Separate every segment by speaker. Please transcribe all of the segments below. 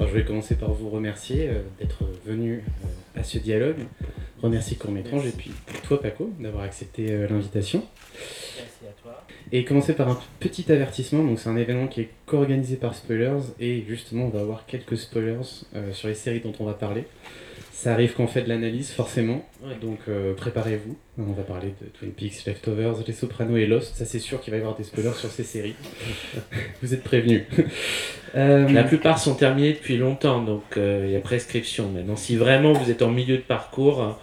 Speaker 1: je vais commencer par vous remercier d'être venu à ce dialogue. Remercier Court-Métrange et puis toi Paco d'avoir accepté l'invitation.
Speaker 2: Merci à toi.
Speaker 1: Et commencer par un petit avertissement, donc c'est un événement qui est co-organisé par Spoilers et justement on va avoir quelques spoilers sur les séries dont on va parler. Ça arrive qu'on fait de l'analyse forcément,
Speaker 2: Ouais.
Speaker 1: donc préparez-vous. On va parler de Twin Peaks, Leftovers, Les Sopranos et Lost, ça c'est sûr qu'il va y avoir des spoilers sur ces séries. Vous êtes prévenus.
Speaker 2: La plupart sont terminés depuis longtemps, donc il y a prescription. Maintenant, si vraiment vous êtes en milieu de parcours,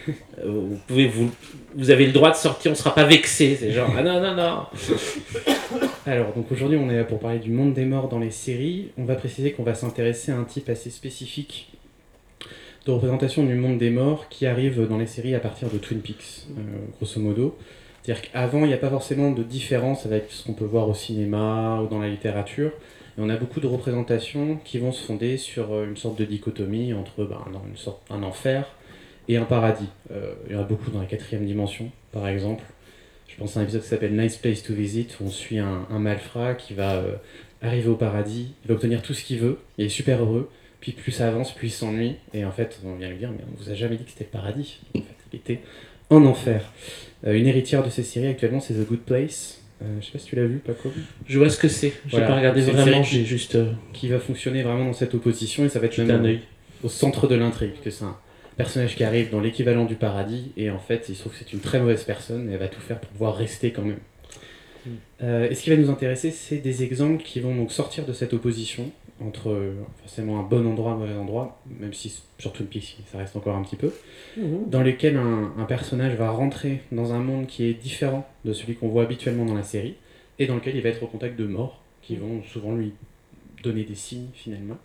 Speaker 2: vous avez le droit de sortir, on ne sera pas vexé. C'est genre, ah non.
Speaker 1: Alors, donc aujourd'hui on est là pour parler du monde des morts dans les séries. On va préciser qu'on va s'intéresser à un type assez spécifique de représentation du monde des morts qui arrive dans les séries à partir de Twin Peaks, grosso modo. C'est-à-dire qu'avant, il n'y a pas forcément de différence avec ce qu'on peut voir au cinéma ou dans la littérature. Et on a beaucoup de représentations qui vont se fonder sur une sorte de dichotomie entre un enfer et un paradis. Il y en a beaucoup dans la 4e dimension, par exemple. Je pense à un épisode qui s'appelle Nice Place to Visit, où on suit un malfrat qui va arriver au paradis, il va obtenir tout ce qu'il veut, il est super heureux. Puis plus ça avance, plus il s'ennuie. Et en fait, on vient lui dire, mais on vous a jamais dit que c'était le paradis. En fait, il était en enfer. Une héritière de ces séries actuellement, c'est The Good Place. Je sais pas si tu l'as vu, Paco.
Speaker 2: Je vois ce que c'est. J'ai
Speaker 1: Voilà.
Speaker 2: pas regardé
Speaker 1: C'est une
Speaker 2: vraiment,
Speaker 1: série
Speaker 2: j'ai juste
Speaker 1: qui va fonctionner vraiment dans cette opposition et ça va être
Speaker 2: jeté
Speaker 1: même
Speaker 2: un œil.
Speaker 1: au centre de l'intrigue. Que c'est un personnage qui arrive dans l'équivalent du paradis et en fait, il se trouve que c'est une très mauvaise personne et elle va tout faire pour pouvoir rester quand même. Et ce qui va nous intéresser, c'est des exemples qui vont donc sortir de cette opposition entre forcément un bon endroit et un mauvais endroit, même si sur Twin Peaks ça reste encore un petit peu, dans lesquels un personnage va rentrer dans un monde qui est différent de celui qu'on voit habituellement dans la série, et dans lequel il va être au contact de morts, qui vont souvent lui donner des signes finalement.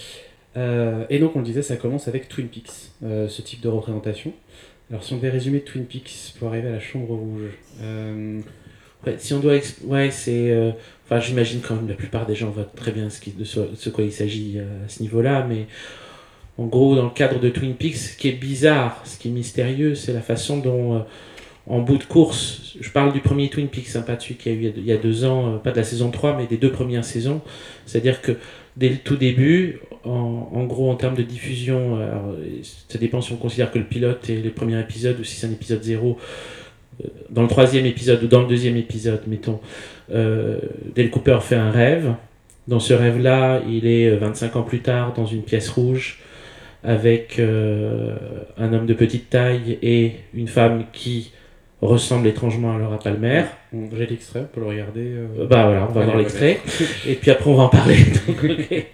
Speaker 1: Et donc on le disait, ça commence avec Twin Peaks, ce type de représentation. Alors si on devait résumer Twin Peaks pour arriver à la Chambre Rouge...
Speaker 2: Ouais, si on doit c'est enfin j'imagine quand même la plupart des gens voient très bien de ce quoi il s'agit à ce niveau-là, mais en gros dans le cadre de Twin Peaks, ce qui est bizarre, ce qui est mystérieux, c'est la façon dont en bout de course, je parle du premier Twin Peaks, pas de celui qu'il y a eu il y a 2 ans, pas de la saison 3, mais des 2 premières saisons, c'est-à-dire que dès le tout début, en gros en termes de diffusion, alors, ça dépend si on considère que le pilote est le premier épisode ou si c'est un épisode 0. Dans le 3e épisode ou dans le 2e épisode, mettons, Dale Cooper fait un rêve. Dans ce rêve-là, il est 25 ans plus tard dans une pièce rouge avec un homme de petite taille et une femme qui ressemble étrangement à Laura Palmer.
Speaker 1: J'ai l'extrait, on peut le regarder.
Speaker 2: Bah voilà, on va voir l'extrait. Et puis après, on va en parler. Donc, okay.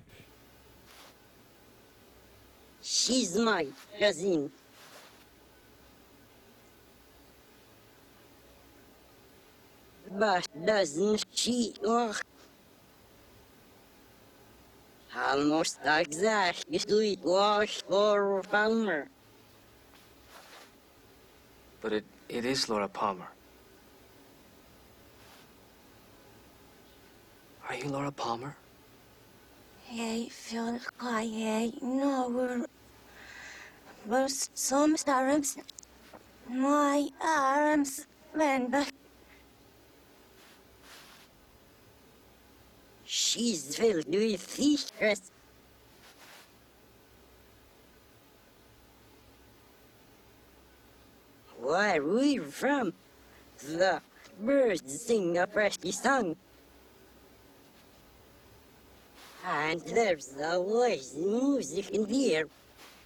Speaker 3: She's my cousin. But doesn't she look almost exactly like Laura Palmer?
Speaker 4: But it is Laura Palmer. Are you Laura Palmer?
Speaker 3: I feel like I know but sometimes my arms bend back. She's filled with secrets. Where we're from, the birds sing a pretty song. And there's always music in the air.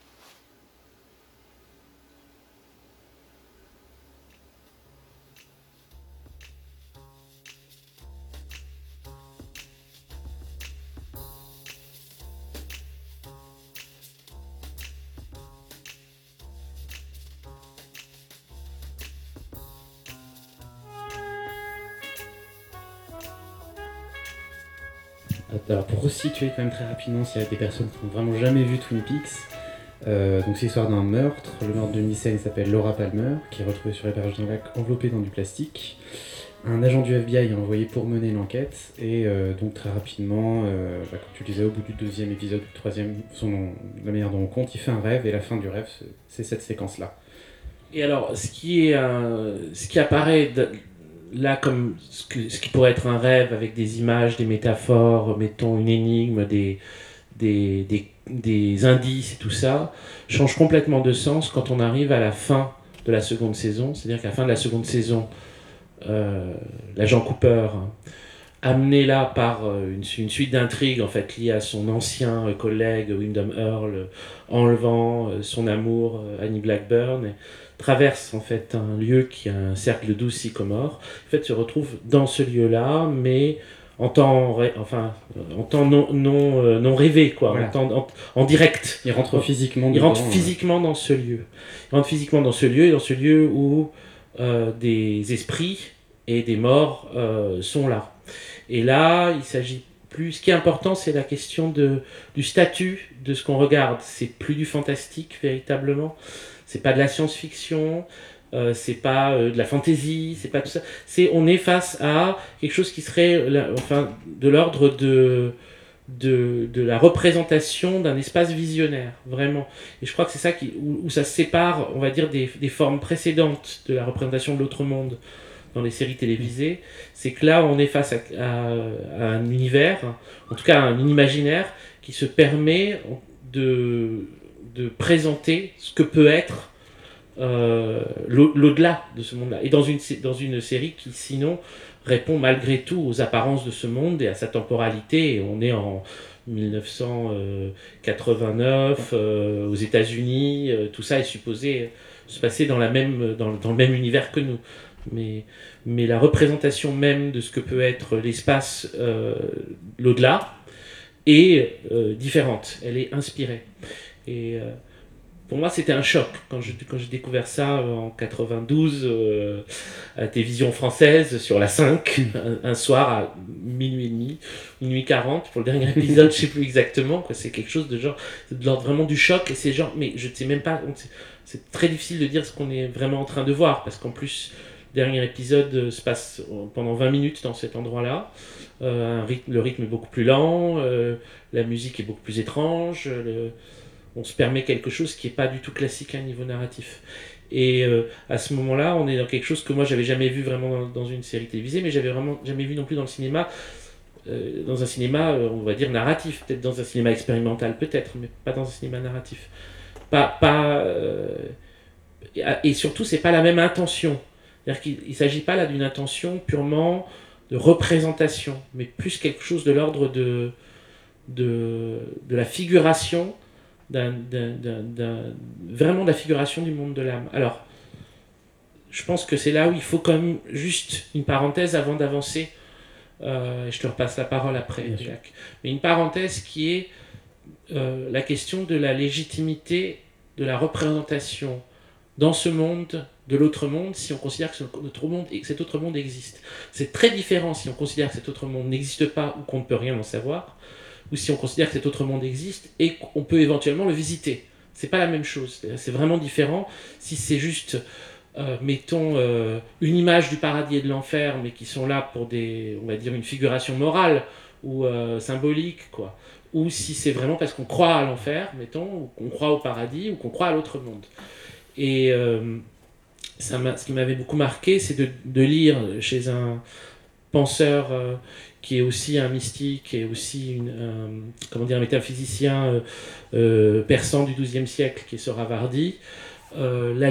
Speaker 1: Alors pour resituer quand même très rapidement s'il y a des personnes qui n'ont vraiment jamais vu Twin Peaks, donc c'est l'histoire d'un meurtre. Le meurtre de Missy s'appelle Laura Palmer, qui est retrouvée sur les berges d'un lac enveloppée dans du plastique. Un agent du FBI est envoyé pour mener l'enquête et donc très rapidement, comme tu le disais, au bout du 2e épisode, du 3e, la manière dont on compte, il fait un rêve et la fin du rêve c'est cette séquence-là.
Speaker 2: Et alors ce qui apparaît là comme ce qui pourrait être un rêve avec des images, des métaphores, mettons une énigme, des des indices et tout ça, change complètement de sens quand on arrive à la fin de la seconde saison. C'est-à-dire qu'à la fin de la seconde saison, l'agent Cooper, amené là par une suite d'intrigues en fait liées à son ancien collègue Wyndham Earl, enlevant son amour Annie Blackburn, traverse en fait un lieu qui a un cercle de 12 sycomores, en fait se retrouve dans ce lieu-là, mais en temps, en temps non rêvé, quoi,
Speaker 1: Voilà.
Speaker 2: en direct.
Speaker 1: Il rentre physiquement
Speaker 2: Il rentre
Speaker 1: dedans,
Speaker 2: physiquement dans ce lieu. Il rentre physiquement dans ce lieu, et dans ce lieu où des esprits et des morts sont là. Et là, il s'agit plus... Ce qui est important, c'est la question du statut de ce qu'on regarde. C'est plus du fantastique, véritablement. C'est pas de la science-fiction, c'est pas de la fantasy, c'est pas tout ça. On est face à quelque chose qui serait de l'ordre de la représentation d'un espace visionnaire, vraiment. Et je crois que c'est ça où ça se sépare, on va dire, des formes précédentes de la représentation de l'autre monde dans les séries télévisées. C'est que là, on est face à un univers, en tout cas à un imaginaire, qui se permet de présenter ce que peut être l'au-delà de ce monde-là. Et dans une série qui, sinon, répond malgré tout aux apparences de ce monde et à sa temporalité. Et on est en 1989, aux États-Unis, tout ça est supposé se passer dans le même univers que nous. Mais la représentation même de ce que peut être l'espace, l'au-delà, est différente. Elle est inspirée. Et pour moi, c'était un choc quand j'ai découvert ça en 92 à la télévision française sur la 5, un soir à minuit et demi, minuit 40 pour le dernier épisode, je sais plus exactement. Quoi. C'est quelque chose de l'ordre vraiment du choc. Et c'est genre, mais je ne sais même pas, c'est très difficile de dire ce qu'on est vraiment en train de voir parce qu'en plus, le dernier épisode se passe pendant 20 minutes dans cet endroit-là. Le rythme est beaucoup plus lent, la musique est beaucoup plus étrange. On se permet quelque chose qui n'est pas du tout classique à un niveau narratif. Et à ce moment-là, on est dans quelque chose que moi, j'avais jamais vu vraiment dans une série télévisée, mais j'avais vraiment jamais vu non plus dans le cinéma, dans un cinéma, on va dire, narratif. Peut-être dans un cinéma expérimental, peut-être, mais pas dans un cinéma narratif. Et surtout, c'est pas la même intention. C'est-à-dire qu'il ne s'agit pas là d'une intention purement de représentation, mais plus quelque chose de l'ordre de la figuration, vraiment de la figuration du monde de l'âme. Alors, je pense que c'est là où il faut quand même juste une parenthèse avant d'avancer. Je te repasse la parole après, Jacques. Mais une parenthèse qui est la question de la légitimité de la représentation dans ce monde de l'autre monde, si on considère que cet autre monde existe. C'est très différent si on considère que cet autre monde n'existe pas ou qu'on ne peut rien en savoir, ou si on considère que cet autre monde existe et qu'on peut éventuellement le visiter. C'est pas la même chose. C'est vraiment différent si c'est juste, mettons, une image du paradis et de l'enfer, mais qui sont là pour on va dire, une figuration morale ou symbolique, quoi. Ou si c'est vraiment parce qu'on croit à l'enfer, mettons, ou qu'on croit au paradis, ou qu'on croit à l'autre monde. Et ce qui m'avait beaucoup marqué, c'est de lire chez un penseur qui est aussi un mystique et aussi un métaphysicien persan du XIIe siècle, qui est Sohravardi, la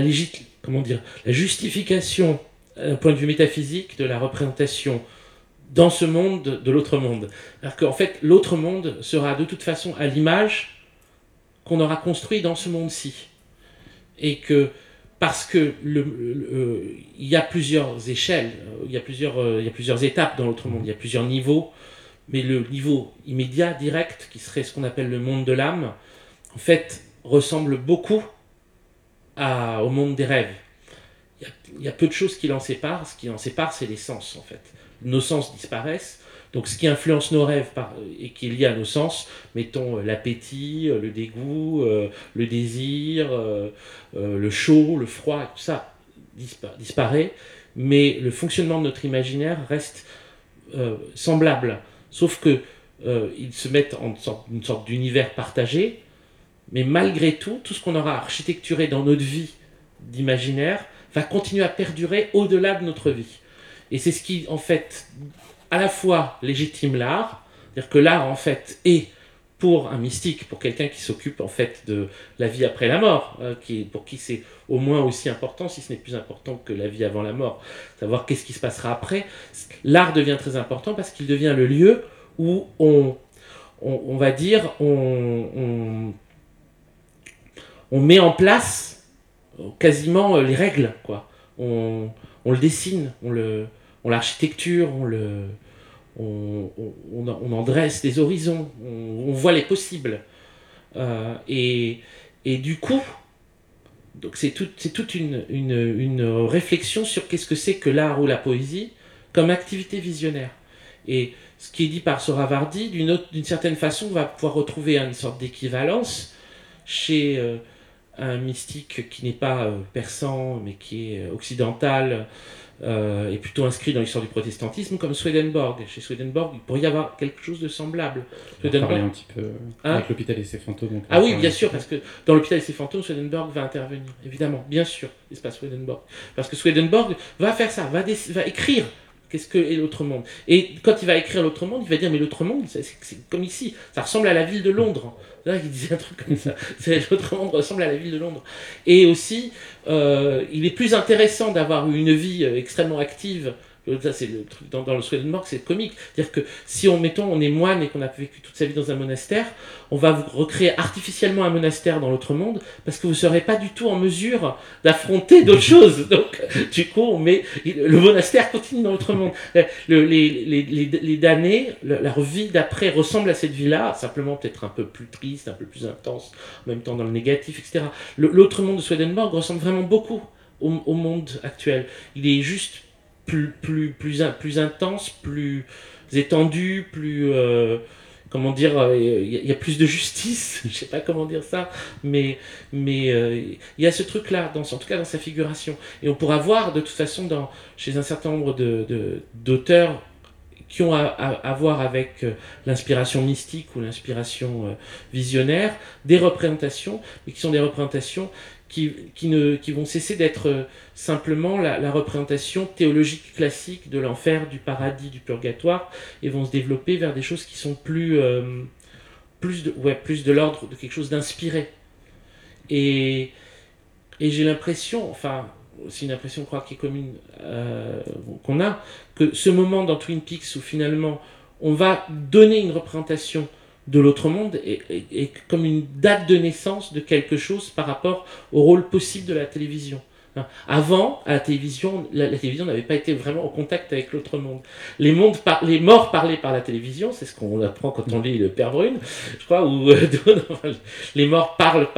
Speaker 2: justification d'un point de vue métaphysique de la représentation dans ce monde de l'autre monde. Alors qu'en fait, l'autre monde sera de toute façon à l'image qu'on aura construit dans ce monde-ci. Et que parce que il y a plusieurs échelles, il y a plusieurs étapes dans l'autre monde, il y a plusieurs niveaux, mais le niveau immédiat, direct, qui serait ce qu'on appelle le monde de l'âme, en fait, ressemble beaucoup au monde des rêves. Il y a peu de choses qui l'en séparent. Ce qui en sépare, c'est les sens, en fait. Nos sens disparaissent. Donc ce qui influence nos rêves et qui est lié à nos sens, mettons l'appétit, le dégoût, le désir, le chaud, le froid, tout ça disparaît, mais le fonctionnement de notre imaginaire reste semblable, sauf que ils se mettent en une sorte d'univers partagé, mais malgré tout, tout ce qu'on aura architecturé dans notre vie d'imaginaire va continuer à perdurer au-delà de notre vie. Et c'est ce qui, en fait, à la fois légitime l'art, c'est-à-dire que l'art, en fait, est pour un mystique, pour quelqu'un qui s'occupe en fait de la vie après la mort, pour qui c'est au moins aussi important, si ce n'est plus important que la vie avant la mort, savoir qu'est-ce qui se passera après, l'art devient très important parce qu'il devient le lieu où on va dire, on met en place quasiment les règles, quoi. On le dessine, on l'architecture, on en dresse des horizons, on voit les possibles. Et du coup, donc c'est toute une réflexion sur qu'est-ce que c'est que l'art ou la poésie comme activité visionnaire. Et ce qui est dit par Sohrawardi, d'une certaine façon, on va pouvoir retrouver une sorte d'équivalence chez un mystique qui n'est pas persan, mais qui est occidental, et plutôt inscrit dans l'histoire du protestantisme, comme Swedenborg. Chez Swedenborg, il pourrait y avoir quelque chose de semblable.
Speaker 1: On va parler un petit peu avec l'Hôpital et ses fantômes. Donc
Speaker 2: ah oui, bien sûr, parce que dans l'Hôpital et ses fantômes, Swedenborg va intervenir, évidemment, bien sûr, l'espace Swedenborg. Parce que Swedenborg va faire ça, va écrire qu'est-ce que est l'autre monde. Et quand il va écrire l'autre monde, il va dire mais l'autre monde, c'est comme ici, ça ressemble à la ville de Londres. Là, il disait un truc comme ça. L'autre monde ressemble à la ville de Londres. Et aussi, il est plus intéressant d'avoir une vie extrêmement active. Ça, c'est le truc dans le Swedenborg, c'est comique. C'est-à-dire que si on est moine et qu'on a vécu toute sa vie dans un monastère, on va vous recréer artificiellement un monastère dans l'autre monde parce que vous ne serez pas du tout en mesure d'affronter d'autres choses. Donc, du coup, le monastère continue dans l'autre monde. Les damnés, leur vie d'après ressemble à cette vie-là, simplement peut-être un peu plus triste, un peu plus intense, en même temps dans le négatif, etc. L'autre monde de Swedenborg ressemble vraiment beaucoup au monde actuel. Il est juste plus intense, plus étendu, plus comment dire, il y a plus de justice, je sais pas comment dire ça, mais il y a ce truc là en tout cas dans sa figuration, et on pourra voir de toute façon chez un certain nombre d'auteurs qui ont à voir avec l'inspiration mystique ou l'inspiration visionnaire, des représentations, mais qui sont des représentations qui vont cesser d'être simplement la représentation théologique classique de l'enfer, du paradis, du purgatoire, et vont se développer vers des choses qui sont plus de l'ordre de quelque chose d'inspiré. Et j'ai l'impression, enfin, c'est une impression, je crois, qui est commune, qu'on a, que ce moment dans Twin Peaks où finalement on va donner une représentation de l'autre monde est comme une date de naissance de quelque chose par rapport au rôle possible de la télévision. Avant, à la télévision, la télévision n'avait pas été vraiment en contact avec l'autre monde. Les morts parlaient par la télévision, c'est ce qu'on apprend quand on lit le Père Brune, je crois, ou les morts parlent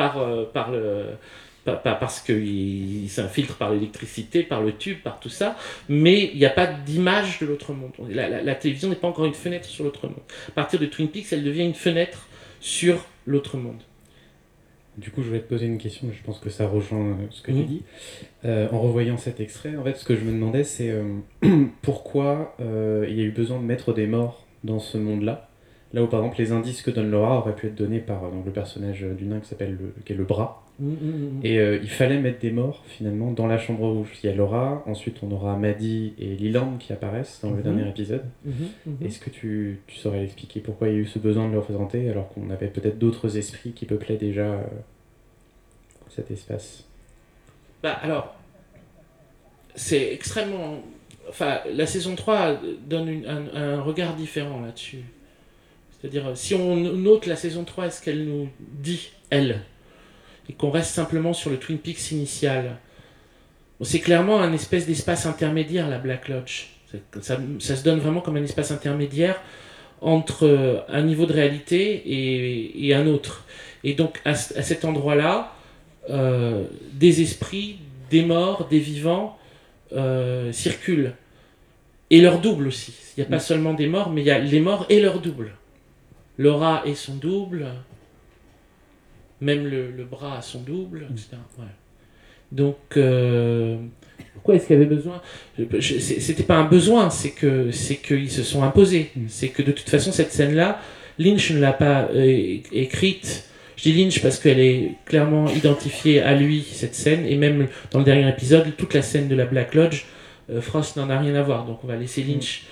Speaker 2: parce qu'ils s'infiltrent par l'électricité, par le tube, par tout ça, mais il n'y a pas d'image de l'autre monde. La télévision n'est pas encore une fenêtre sur l'autre monde. À partir de Twin Peaks, elle devient une fenêtre sur l'autre monde.
Speaker 1: Du coup, je voulais te poser une question, je pense que ça rejoint ce que tu dis. En revoyant cet extrait, en fait, ce que je me demandais, c'est pourquoi il y a eu besoin de mettre des morts dans ce monde-là. Là où, par exemple, les indices que donne Laura auraient pu être donnés par donc, le personnage du nain qui est le bras. Et il fallait mettre des morts, finalement, dans la chambre rouge. Il y a Laura, ensuite on aura Maddie et Leland qui apparaissent dans le dernier épisode. Est-ce que tu saurais l'expliquer pourquoi il y a eu ce besoin de le représenter, alors qu'on avait peut-être d'autres esprits qui peuplaient déjà cet espace?
Speaker 2: Alors, c'est extrêmement... Enfin, la saison 3 donne un regard différent là-dessus. C'est-à-dire, si on note la saison 3, est-ce qu'elle nous dit, elle, et qu'on reste simplement sur le Twin Peaks initial, c'est clairement un espèce d'espace intermédiaire, la Black Lodge. Ça se donne vraiment comme un espace intermédiaire entre un niveau de réalité et un autre. Et donc, à cet endroit-là, des esprits, des morts, des vivants circulent. Et leur double aussi. Il n'y a pas seulement des morts, mais il y a les morts et leur double. Laura et son double, même le bras a son double, etc. Ouais. Donc, pourquoi est-ce qu'il y avait besoin ? C'était pas un besoin, c'est qu'ils se sont imposés. C'est que de toute façon, cette scène-là, Lynch ne l'a pas écrite. Je dis Lynch parce qu'elle est clairement identifiée à lui, cette scène, et même dans le dernier épisode, toute la scène de la Black Lodge, Frost n'en a rien à voir. Donc on va laisser Lynch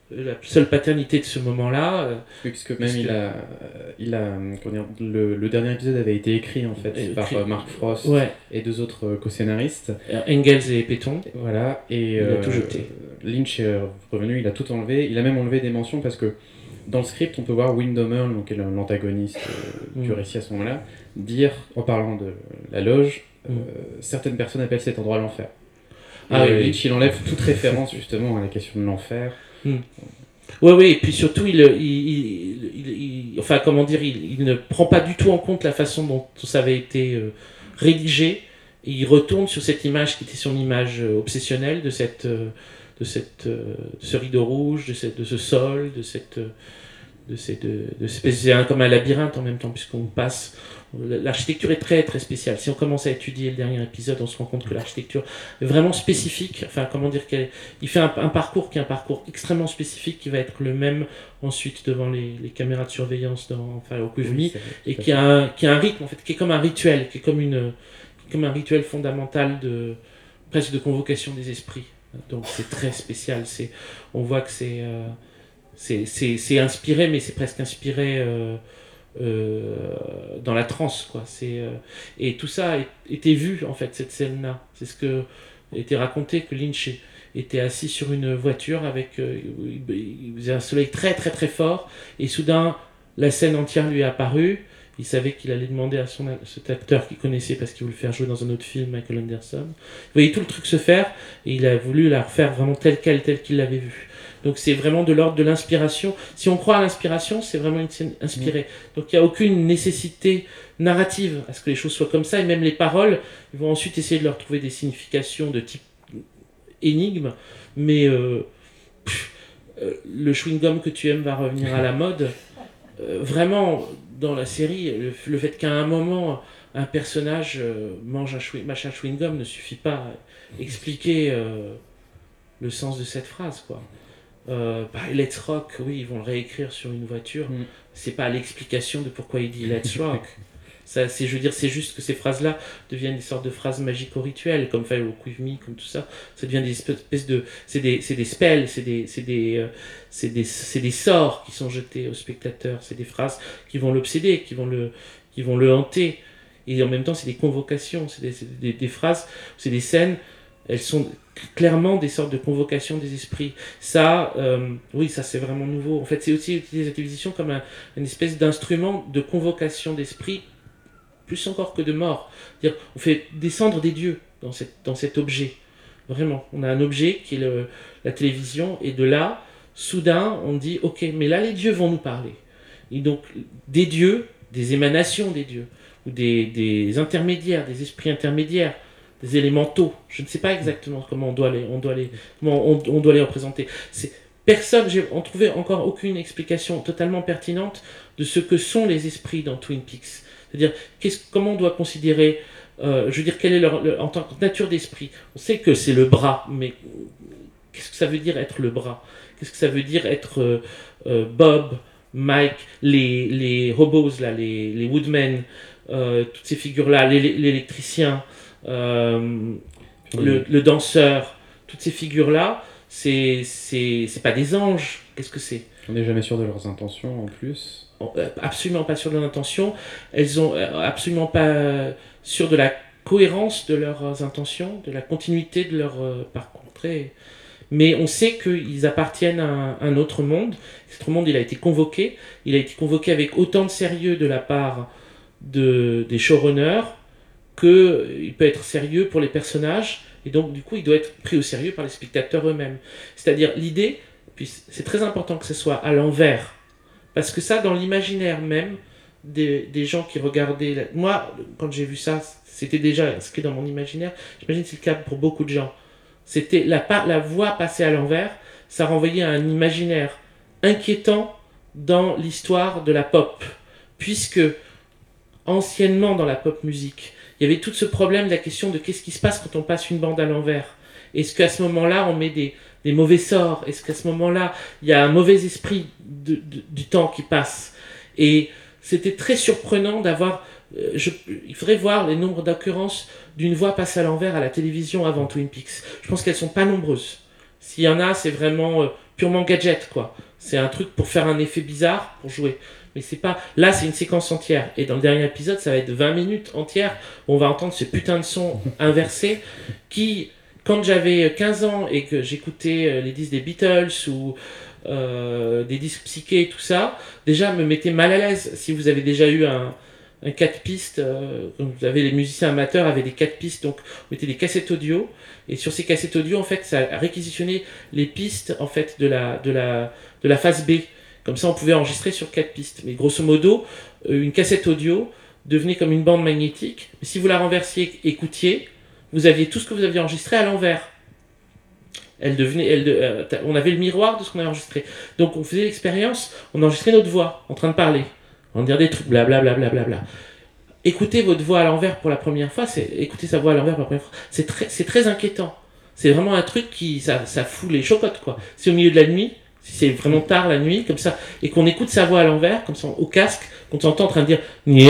Speaker 2: la seule paternité de ce moment-là.
Speaker 1: Puisque même
Speaker 2: Parce que-
Speaker 1: comment dire, le dernier épisode avait été écrit en fait par
Speaker 2: Écrit-
Speaker 1: Mark Frost
Speaker 2: Ouais,
Speaker 1: et deux autres co-scénaristes.
Speaker 2: Engels et Péton.
Speaker 1: Voilà, et
Speaker 2: Il a tout jeté.
Speaker 1: Lynch est revenu, il a tout enlevé. Il a même enlevé des mentions parce que dans le script, on peut voir Windhammer, donc qui est l'antagoniste du récit à ce moment-là, dire, en parlant de la loge, certaines personnes appellent cet endroit l'enfer.
Speaker 2: Ah
Speaker 1: Et
Speaker 2: oui,
Speaker 1: Lynch, il enlève toute référence justement à la question de l'enfer.
Speaker 2: Oui, et puis surtout, enfin, comment dire, il ne prend pas du tout en compte la façon dont ça avait été rédigé. Et il retourne sur cette image qui était son image obsessionnelle de ce rideau rouge, de ce sol, c'est comme un labyrinthe en même temps, puisqu'on passe. L'architecture est très très spéciale. Si on commence à étudier le dernier épisode, on se rend compte que l'architecture est vraiment spécifique. Enfin, comment dire il fait un parcours qui est un parcours extrêmement spécifique, qui va être le même ensuite devant les caméras de surveillance au Kuvmi, et qui a un rythme en fait, qui est comme un rituel, qui est comme un rituel fondamental presque de convocation des esprits. Donc c'est très spécial. On voit que c'est inspiré, mais c'est presque inspiré dans la transe, quoi. Et tout ça était vu, en fait, cette scène-là. C'est ce que était raconté, que Lynch était assis sur une voiture il faisait un soleil très très très fort, et soudain la scène entière lui est apparue. Il savait qu'il allait demander à cet acteur qu'il connaissait parce qu'il voulait le faire jouer dans un autre film, Michael Anderson. Il voyait tout le truc se faire, et il a voulu la refaire vraiment telle qu'il l'avait vue. Donc c'est vraiment de l'ordre de l'inspiration. Si on croit à l'inspiration, c'est vraiment une scène inspirée. Donc il n'y a aucune nécessité narrative à ce que les choses soient comme ça, et même les paroles, ils vont ensuite essayer de leur trouver des significations de type énigme, mais le chewing-gum que tu aimes va revenir à la mode. Vraiment, dans la série, le fait qu'à un moment, un personnage mange un chewing-gum ne suffit pas à expliquer le sens de cette phrase, quoi. Let's rock, oui, ils vont le réécrire sur une voiture. C'est pas l'explication de pourquoi il dit let's rock. Ça, je veux dire, c'est juste que ces phrases-là deviennent des sortes de phrases magico-rituelles, comme Fire au Kuvmi, comme tout ça. Ça devient des espèces de, c'est des spells, c'est des sorts qui sont jetés au spectateur. C'est des phrases qui vont l'obséder, qui vont le hanter. Et en même temps, c'est des convocations, c'est des phrases, c'est des scènes. Elles sont clairement des sortes de convocations des esprits. Ça, oui, ça c'est vraiment nouveau. En fait, c'est aussi utilisé la télévision comme une espèce d'instrument de convocation d'esprit, plus encore que de mort. C'est-à-dire, on fait descendre des dieux dans cet objet. Vraiment, on a un objet qui est la télévision, et de là, soudain, on dit, ok, mais là, les dieux vont nous parler. Et donc, des dieux, des émanations des dieux, ou des intermédiaires, des esprits intermédiaires, des élémentaux. Je ne sais pas exactement comment on doit les représenter. On trouvait encore aucune explication totalement pertinente de ce que sont les esprits dans Twin Peaks. C'est-à-dire, comment on doit considérer, je veux dire, quelle est en tant que nature d'esprit. On sait que c'est le bras, mais qu'est-ce que ça veut dire être le bras? Qu'est-ce que ça veut dire être Bob, Mike, les hobos, là, les woodmen, toutes ces figures-là, l'électricien, le danseur, toutes ces figures-là, c'est pas des anges. Qu'est-ce que c'est?
Speaker 1: On n'est jamais sûr de leurs intentions en plus.
Speaker 2: Absolument pas sûr de leurs intentions. Elles ont absolument pas sûr de la cohérence de leurs intentions, de la continuité de leur parcours. Mais on sait qu'ils appartiennent à un autre monde. Cet autre monde, il a été convoqué. Il a été convoqué avec autant de sérieux de la part des showrunners qu'il peut être sérieux pour les personnages. Et donc, du coup, il doit être pris au sérieux par les spectateurs eux-mêmes. C'est-à-dire, l'idée, puis c'est très important que ce soit à l'envers. Parce que ça, dans l'imaginaire même des gens qui regardaient... Moi, quand j'ai vu ça, c'était déjà inscrit dans mon imaginaire. J'imagine que c'est le cas pour beaucoup de gens. C'était la voix passée à l'envers, ça renvoyait à un imaginaire inquiétant dans l'histoire de la pop. Puisque, anciennement dans la pop musique, il y avait tout ce problème de la question de qu'est-ce qui se passe quand on passe une bande à l'envers. Est-ce qu'à ce moment-là, on met des mauvais sorts? Est-ce qu'à ce moment-là, il y a un mauvais esprit du temps qui passe? Et c'était très surprenant d'avoir... il faudrait voir les nombres d'occurrences d'une voix passée à l'envers à la télévision avant Twin Peaks. Je pense qu'elles ne sont pas nombreuses. S'il y en a, c'est vraiment purement gadget, quoi. C'est un truc pour faire un effet bizarre, pour jouer. Mais c'est pas... Là, c'est une séquence entière. Et dans le dernier épisode, ça va être 20 minutes entières où on va entendre ce putain de son inversé qui, quand j'avais 15 ans et que j'écoutais les disques des Beatles ou des disques psychés et tout ça, déjà me mettait mal à l'aise. Si vous avez déjà eu un 4 pistes, comme vous avez les musiciens amateurs avaient des 4 pistes, donc on mettait des cassettes audio, et sur ces cassettes audio, en fait, ça réquisitionnait les pistes, en fait, de la phase B. Comme ça, on pouvait enregistrer sur 4 pistes. Mais grosso modo, une cassette audio devenait comme une bande magnétique. Mais si vous la renversiez, écoutiez, vous aviez tout ce que vous aviez enregistré à l'envers. On avait le miroir de ce qu'on avait enregistré. Donc on faisait l'expérience, on enregistrait notre voix en train de parler, en dire des trucs, blablabla. Écoutez votre voix à l'envers pour la première fois, écouter sa voix à l'envers pour la première fois, c'est très inquiétant. C'est vraiment un truc ça fout les chocottes, quoi. C'est au milieu de la nuit, si c'est vraiment tard la nuit, comme ça, et qu'on écoute sa voix à l'envers, comme ça, au casque, qu'on s'entend en train de dire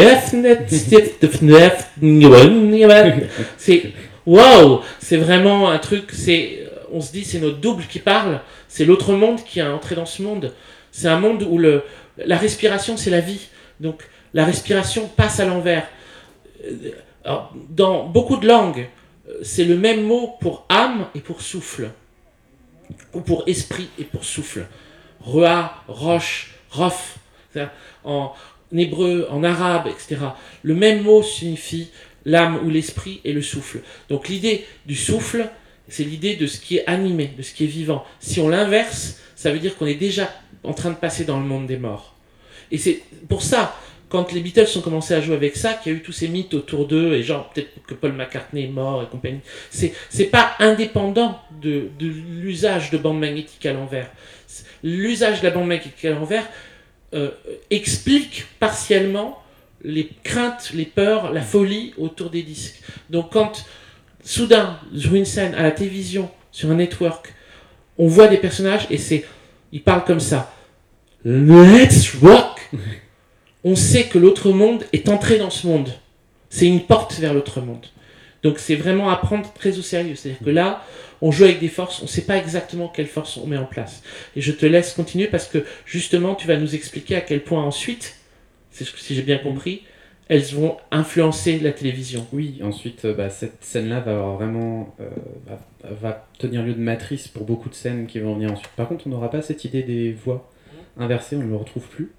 Speaker 2: c'est waouh, c'est vraiment un truc, on se dit c'est notre double qui parle, c'est l'autre monde qui est entré dans ce monde. C'est un monde où la respiration c'est la vie, donc la respiration passe à l'envers. Alors, dans beaucoup de langues, c'est le même mot pour âme et pour souffle, ou pour esprit et pour souffle. Ruah, roche, rof, en hébreu, en arabe, etc. Le même mot signifie l'âme ou l'esprit et le souffle. Donc l'idée du souffle, c'est l'idée de ce qui est animé, de ce qui est vivant. Si on l'inverse, ça veut dire qu'on est déjà en train de passer dans le monde des morts. Et c'est pour ça, quand les Beatles ont commencé à jouer avec ça, qu'il y a eu tous ces mythes autour d'eux, et genre peut-être que Paul McCartney est mort et compagnie, c'est pas indépendant de l'usage de bande magnétique à l'envers. L'usage de la bande magnétique à l'envers explique partiellement les craintes, les peurs, la folie autour des disques. Donc quand soudain, sur une scène, à la télévision, sur un network, on voit des personnages et ils parlent comme ça. Let's rock! On sait que l'autre monde est entré dans ce monde. C'est une porte vers l'autre monde. Donc c'est vraiment à prendre très au sérieux. C'est-à-dire que là, on joue avec des forces, on ne sait pas exactement quelles forces on met en place. Et je te laisse continuer parce que justement, tu vas nous expliquer à quel point ensuite, si j'ai bien compris, elles vont influencer la télévision.
Speaker 1: Oui, ensuite, cette scène-là va avoir vraiment va tenir lieu de matrice pour beaucoup de scènes qui vont venir ensuite. Par contre, on n'aura pas cette idée des voix inversées, on ne le retrouve plus.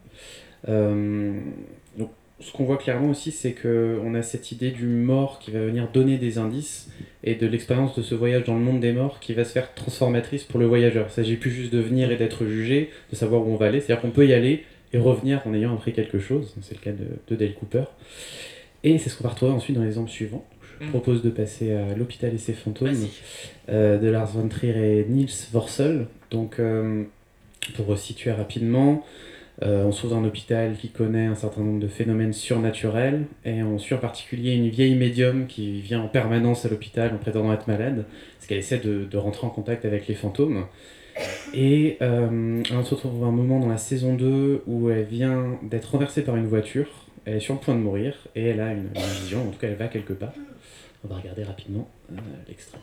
Speaker 1: Donc, ce qu'on voit clairement aussi, c'est qu'on a cette idée du mort qui va venir donner des indices et de l'expérience de ce voyage dans le monde des morts qui va se faire transformatrice pour le voyageur. Il ne s'agit plus juste de venir et d'être jugé, de savoir où on va aller, c'est-à-dire qu'on peut y aller et revenir en ayant appris quelque chose. C'est le cas de Dale Cooper. Et c'est ce qu'on va retrouver ensuite dans les exemples suivants. Je propose de passer à L'Hôpital et ses fantômes de Lars von Trier et Niels Worssel. Donc, pour resituer rapidement, on se trouve dans un hôpital qui connaît un certain nombre de phénomènes surnaturels, et on suit en particulier une vieille médium qui vient en permanence à l'hôpital en prétendant être malade, parce qu'elle essaie de rentrer en contact avec les fantômes. Et on se retrouve à un moment dans la saison 2 où elle vient d'être renversée par une voiture, elle est sur le point de mourir, et elle a une vision, en tout cas elle va quelque part. On va regarder rapidement l'extrait.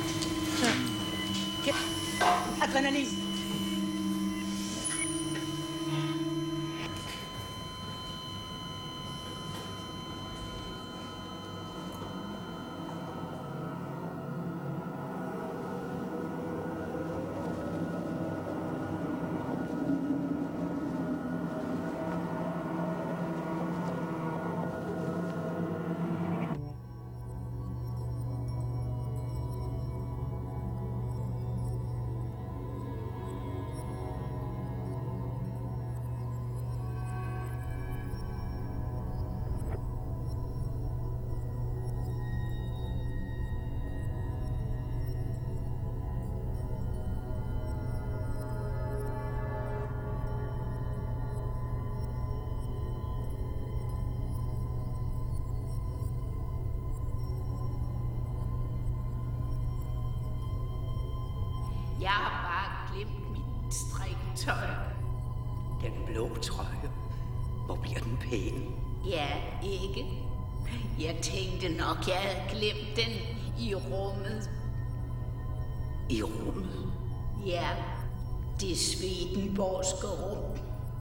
Speaker 5: Adrénaline.
Speaker 6: Jeg har bare glemt mit strikketøj.
Speaker 5: Den blå trøje. Hvor bliver den pæn?
Speaker 6: Ja, ikke? Jeg tænkte nok, jeg havde glemt den i rummet.
Speaker 5: I rummet?
Speaker 6: Ja, det Swedenborgske rum.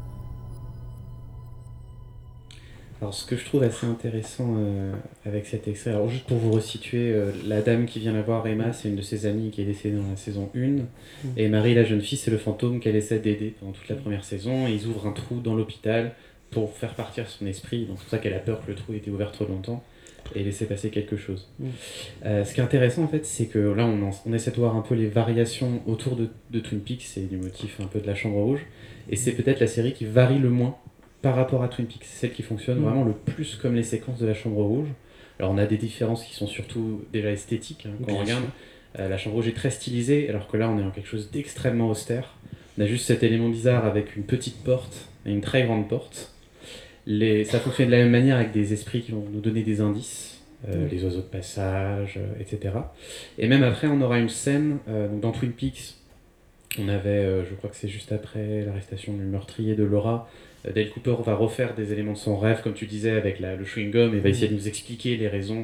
Speaker 1: Alors, ce que je trouve assez intéressant avec cet extrait, alors juste pour vous resituer, la dame qui vient la voir, Emma, c'est une de ses amies qui est décédée dans la saison 1, et Marie, la jeune fille, c'est le fantôme qu'elle essaie d'aider pendant toute la première saison, et ils ouvrent un trou dans l'hôpital pour faire partir son esprit, donc c'est pour ça qu'elle a peur que le trou ait été ouvert trop longtemps, et laisser passer quelque chose. Ce qui est intéressant, en fait, c'est que là, on essaie de voir un peu les variations autour de Twin Peaks, et du motif un peu de la chambre rouge, et c'est peut-être la série qui varie le moins par rapport à Twin Peaks, c'est celle qui fonctionne vraiment le plus comme les séquences de la Chambre Rouge. Alors on a des différences qui sont surtout déjà esthétiques, hein, quand on regarde. La Chambre Rouge est très stylisée, alors que là on est en quelque chose d'extrêmement austère. On a juste cet élément bizarre avec une petite porte et une très grande porte. Ça fonctionne de la même manière avec des esprits qui vont nous donner des indices, les oiseaux de passage, etc. Et même après on aura une scène, donc dans Twin Peaks, on avait, je crois que c'est juste après l'arrestation du meurtrier de Laura, Dale Cooper va refaire des éléments de son rêve, comme tu disais, avec le chewing-gum, et va essayer de nous expliquer les raisons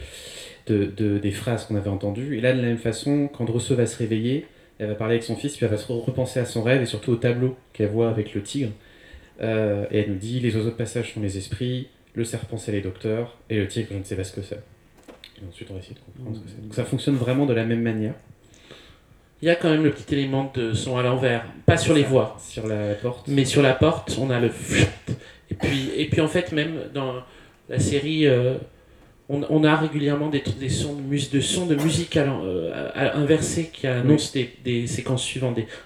Speaker 1: des phrases qu'on avait entendues. Et là, de la même façon, quand Rousseau va se réveiller, elle va parler avec son fils, puis elle va se repenser à son rêve, et surtout au tableau qu'elle voit avec le tigre. Et elle nous dit, les oiseaux de passage sont les esprits, le serpent c'est les docteurs, et le tigre, je ne sais pas ce que c'est. Et ensuite, on va essayer de comprendre ce que c'est. Donc ça fonctionne vraiment de la même manière.
Speaker 2: Il y a quand même le petit élément de son à l'envers, pas sur les voix,
Speaker 1: sur la porte,
Speaker 2: mais sur la porte, on a le et puis en fait même dans la série, on a régulièrement des sons de musique inversés qui annoncent des séquences suivantes, des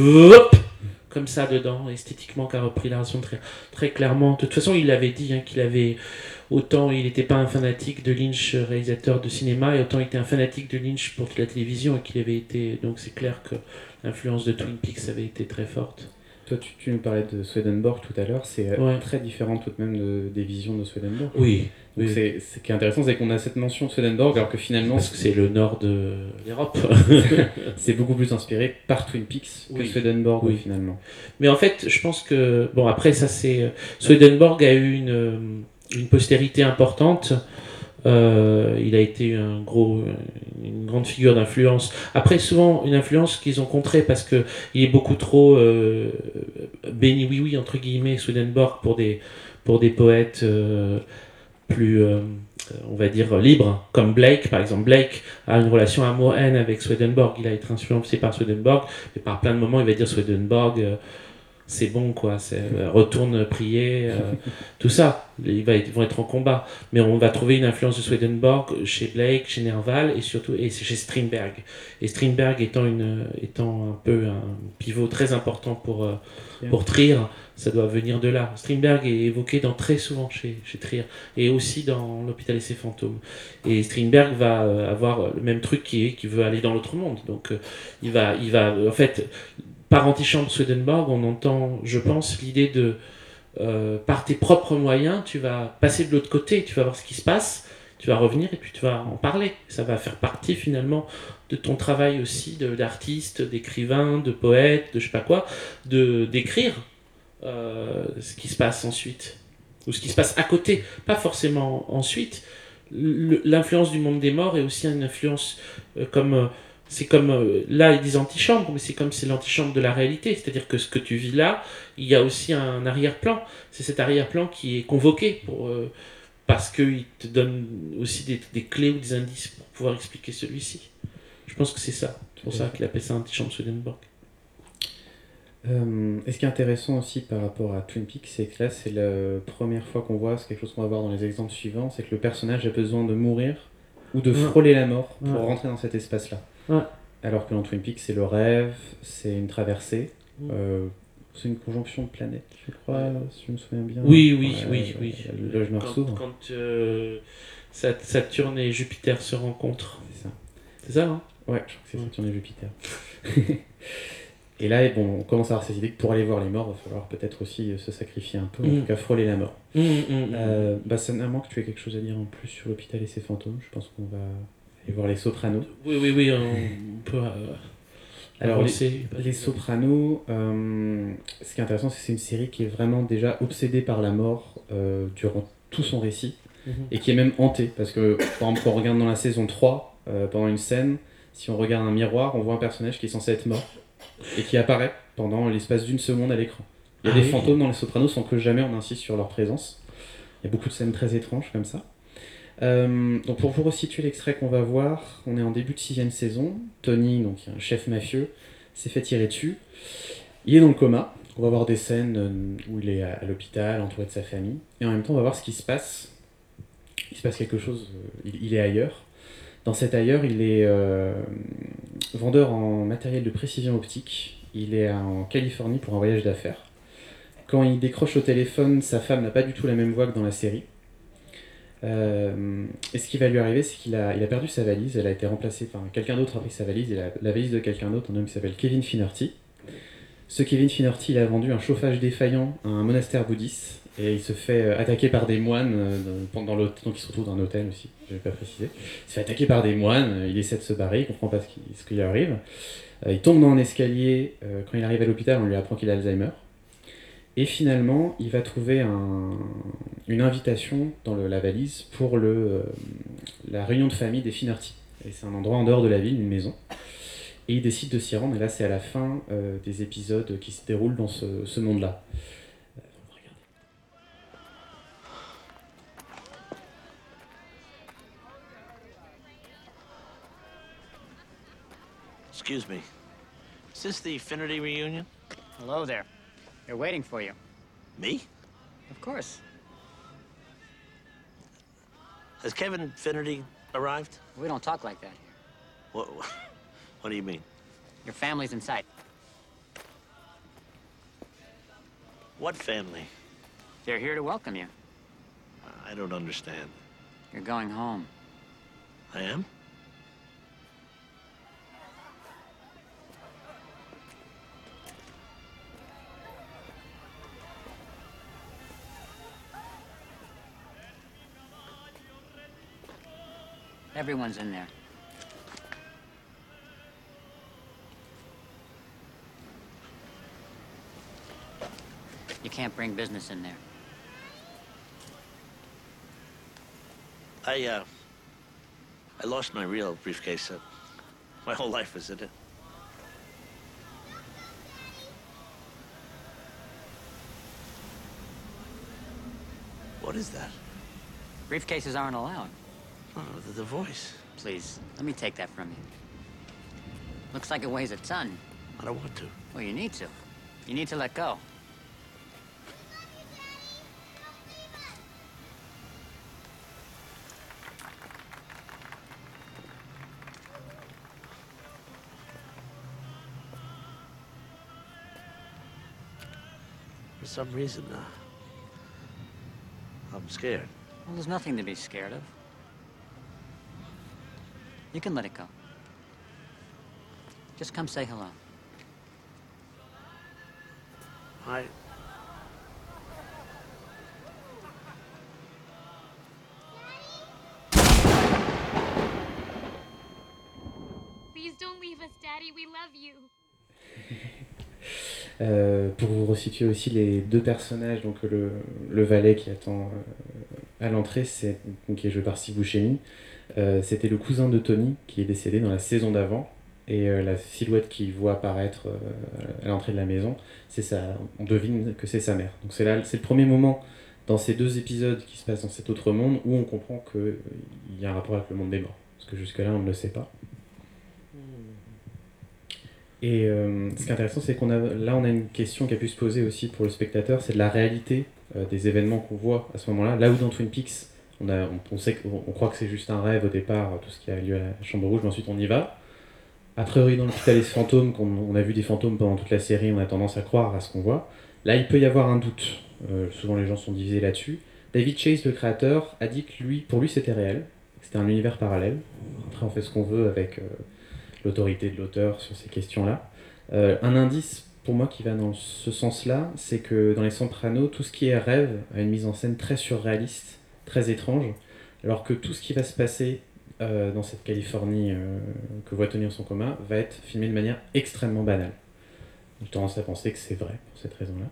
Speaker 2: comme ça dedans, esthétiquement, qui a repris la narration très, très clairement. De toute façon, il avait dit qu'il avait autant il n'était pas un fanatique de Lynch, réalisateur de cinéma, et autant il était un fanatique de Lynch pour la télévision, et qu'il avait été. Donc c'est clair que l'influence de Twin Peaks avait été très forte.
Speaker 1: Toi, tu nous parlais de Swedenborg tout à l'heure, c'est très différent tout de même des visions de Swedenborg.
Speaker 2: Oui.
Speaker 1: Donc ce qui est intéressant, c'est qu'on a cette mention de Swedenborg, alors que finalement...
Speaker 2: Parce que c'est le nord de l'Europe.
Speaker 1: C'est beaucoup plus inspiré par Twin Peaks que Swedenborg, finalement.
Speaker 2: Mais en fait, je pense que... Bon, après, ça c'est... Swedenborg a eu une postérité importante. Il a été une grande figure d'influence. Après, souvent, une influence qu'ils ont contrée parce qu'il est beaucoup trop béni oui entre guillemets, Swedenborg, pour des poètes plus, on va dire, libres, comme Blake, par exemple. Blake a une relation amour-haine avec Swedenborg. Il a été influencé par Swedenborg, mais par plein de moments, il va dire Swedenborg... c'est bon quoi, retourne prier, tout ça, ils vont être en combat, mais on va trouver une influence de Swedenborg chez Blake, chez Nerval et surtout chez Strindberg. Et Strindberg étant un peu un pivot très important pour Trier, ça doit venir de là. Strindberg est évoqué très souvent chez Trier et aussi dans L'Hôpital et ses fantômes. Et Strindberg va avoir le même truc qui veut aller dans l'autre monde. Donc il va en fait. Par antichambre Swedenborg, on entend, je pense, l'idée de, par tes propres moyens, tu vas passer de l'autre côté, tu vas voir ce qui se passe, tu vas revenir et puis tu vas en parler. Ça va faire partie finalement de ton travail aussi d'artiste, d'écrivain, de poète, de je sais pas quoi, d'écrire ce qui se passe ensuite, ou ce qui se passe à côté, pas forcément ensuite. L'influence du monde des morts est aussi une influence c'est comme, là ils disent antichambre, mais c'est comme c'est l'antichambre de la réalité, c'est-à-dire que ce que tu vis là, il y a aussi un arrière-plan, c'est cet arrière-plan qui est convoqué parce qu'il te donne aussi des clés ou des indices pour pouvoir expliquer celui-ci. Je pense que c'est ça, c'est pour ça qu'il appelle ça antichambre Swedenborg.
Speaker 1: Et ce qui est intéressant aussi par rapport à Twin Peaks, c'est que là c'est la première fois qu'on voit, c'est quelque chose qu'on va voir dans les exemples suivants, c'est que le personnage a besoin de mourir ou de frôler la mort pour rentrer dans cet espace-là.
Speaker 2: Ouais.
Speaker 1: Alors que dans Twin Peaks, c'est le rêve, c'est une traversée, c'est une conjonction de planètes, je crois, si je me souviens bien.
Speaker 2: Oui.
Speaker 1: L'Loge Nord s'ouvre.
Speaker 2: Quand Saturne et Jupiter se rencontrent.
Speaker 1: C'est ça.
Speaker 2: C'est ça, hein?
Speaker 1: Ouais, je crois que c'est Saturne et Jupiter. Et là, on commence à avoir cette idée que pour aller voir les morts, il va falloir peut-être aussi se sacrifier un peu, en tout cas frôler la mort. Certainement que tu as quelque chose à dire en plus sur l'hôpital et ses fantômes, je pense qu'on va aller voir les Sopranos.
Speaker 2: Oui, on peut...
Speaker 1: Alors, les Sopranos, ce qui est intéressant, c'est que c'est une série qui est vraiment déjà obsédée par la mort durant tout son récit, et qui est même hantée, parce que, par exemple, quand on regarde dans la saison 3, pendant une scène, si on regarde un miroir, on voit un personnage qui est censé être mort, et qui apparaît, pendant l'espace d'une seconde à l'écran. Il y a
Speaker 2: Ah
Speaker 1: des
Speaker 2: oui.
Speaker 1: fantômes dans Les Sopranos sans que jamais on insiste sur leur présence. Il y a beaucoup de scènes très étranges comme ça. Donc pour vous resituer l'extrait qu'on va voir, on est en début de 6ème saison. Tony, donc un chef mafieux, s'est fait tirer dessus. Il est dans le coma. On va voir des scènes où il est à l'hôpital, entouré de sa famille. Et en même temps, on va voir ce qui se passe. Il se passe quelque chose, il est ailleurs. Dans cet ailleurs, il est vendeur en matériel de précision optique. Il est en Californie pour un voyage d'affaires. Quand il décroche au téléphone, sa femme n'a pas du tout la même voix que dans la série. Et ce qui va lui arriver, c'est qu'il a perdu sa valise. Elle a été remplacée par quelqu'un d'autre a pris sa valise. Et la valise de quelqu'un d'autre, un homme qui s'appelle Kevin Finnerty. Ce Kevin Finnerty, il a vendu un chauffage défaillant à un monastère bouddhiste. Et il se fait attaquer par des moines pendant l'hôtel. Donc il se retrouve dans un hôtel aussi, je vais pas préciser. Il se fait attaquer par des moines, il essaie de se barrer, il comprend pas ce qui lui arrive. Il tombe dans un escalier, quand il arrive à l'hôpital, on lui apprend qu'il a Alzheimer. Et finalement, il va trouver une invitation dans la valise pour la réunion de famille des Finnerty. Et c'est un endroit en dehors de la ville, une maison. Et il décide de s'y rendre, et là c'est à la fin des épisodes qui se déroulent dans ce monde-là. On va regarder.
Speaker 7: Excuse me. Is this the Finnerty reunion?
Speaker 8: Hello there. They're waiting for you.
Speaker 7: Me?
Speaker 8: Of course.
Speaker 7: Has Kevin Finnerty arrived?
Speaker 8: We don't talk like that here.
Speaker 7: What do you mean?
Speaker 8: Your family's in sight.
Speaker 7: What family?
Speaker 8: They're here to welcome you.
Speaker 7: I don't understand.
Speaker 8: You're going home.
Speaker 7: I am?
Speaker 8: Everyone's in there. You can't bring business in there.
Speaker 7: I lost my real briefcase. My whole life was in it. What is that?
Speaker 8: Briefcases aren't allowed.
Speaker 7: Oh, the voice.
Speaker 8: Please, let me take that from you. Looks like it weighs a ton.
Speaker 7: I don't want to.
Speaker 8: Well, you need to. You need to let go.
Speaker 7: For some reason, I'm scared.
Speaker 8: Well, there's nothing to be scared of. You can let it go. Just come say hello.
Speaker 9: Please don't leave us, Daddy. We love you.
Speaker 1: Pour vous resituer aussi les deux personnages, donc le valet qui attend à l'entrée, qui est joué par Steve Buscemi, c'était le cousin de Tony qui est décédé dans la saison d'avant, et la silhouette qu'il voit apparaître à l'entrée de la maison, c'est ça, on devine que c'est sa mère. Donc c'est le premier moment dans ces deux épisodes qui se passent dans cet autre monde où on comprend qu'il y a un rapport avec le monde des morts, parce que jusque-là on ne le sait pas. Et ce qui est intéressant, c'est on a une question qui a pu se poser aussi pour le spectateur, c'est de la réalité des événements qu'on voit à ce moment-là. Là où dans Twin Peaks, on croit que c'est juste un rêve au départ, tout ce qui a lieu à la Chambre Rouge, mais ensuite on y va. A priori, dans l'hôpital des fantômes, on a vu des fantômes pendant toute la série, on a tendance à croire à ce qu'on voit. Là, il peut y avoir un doute. Souvent, les gens sont divisés là-dessus. David Chase, le créateur, a dit que pour lui, c'était réel. C'était un univers parallèle. Après, on fait ce qu'on veut avec l'autorité de l'auteur sur ces questions-là. Un indice pour moi qui va dans ce sens-là, c'est que dans Les Sopranos, tout ce qui est rêve a une mise en scène très surréaliste, très étrange, alors que tout ce qui va se passer dans cette Californie que voit Tony en son coma va être filmé de manière extrêmement banale. J'ai tendance à penser que c'est vrai pour cette raison-là.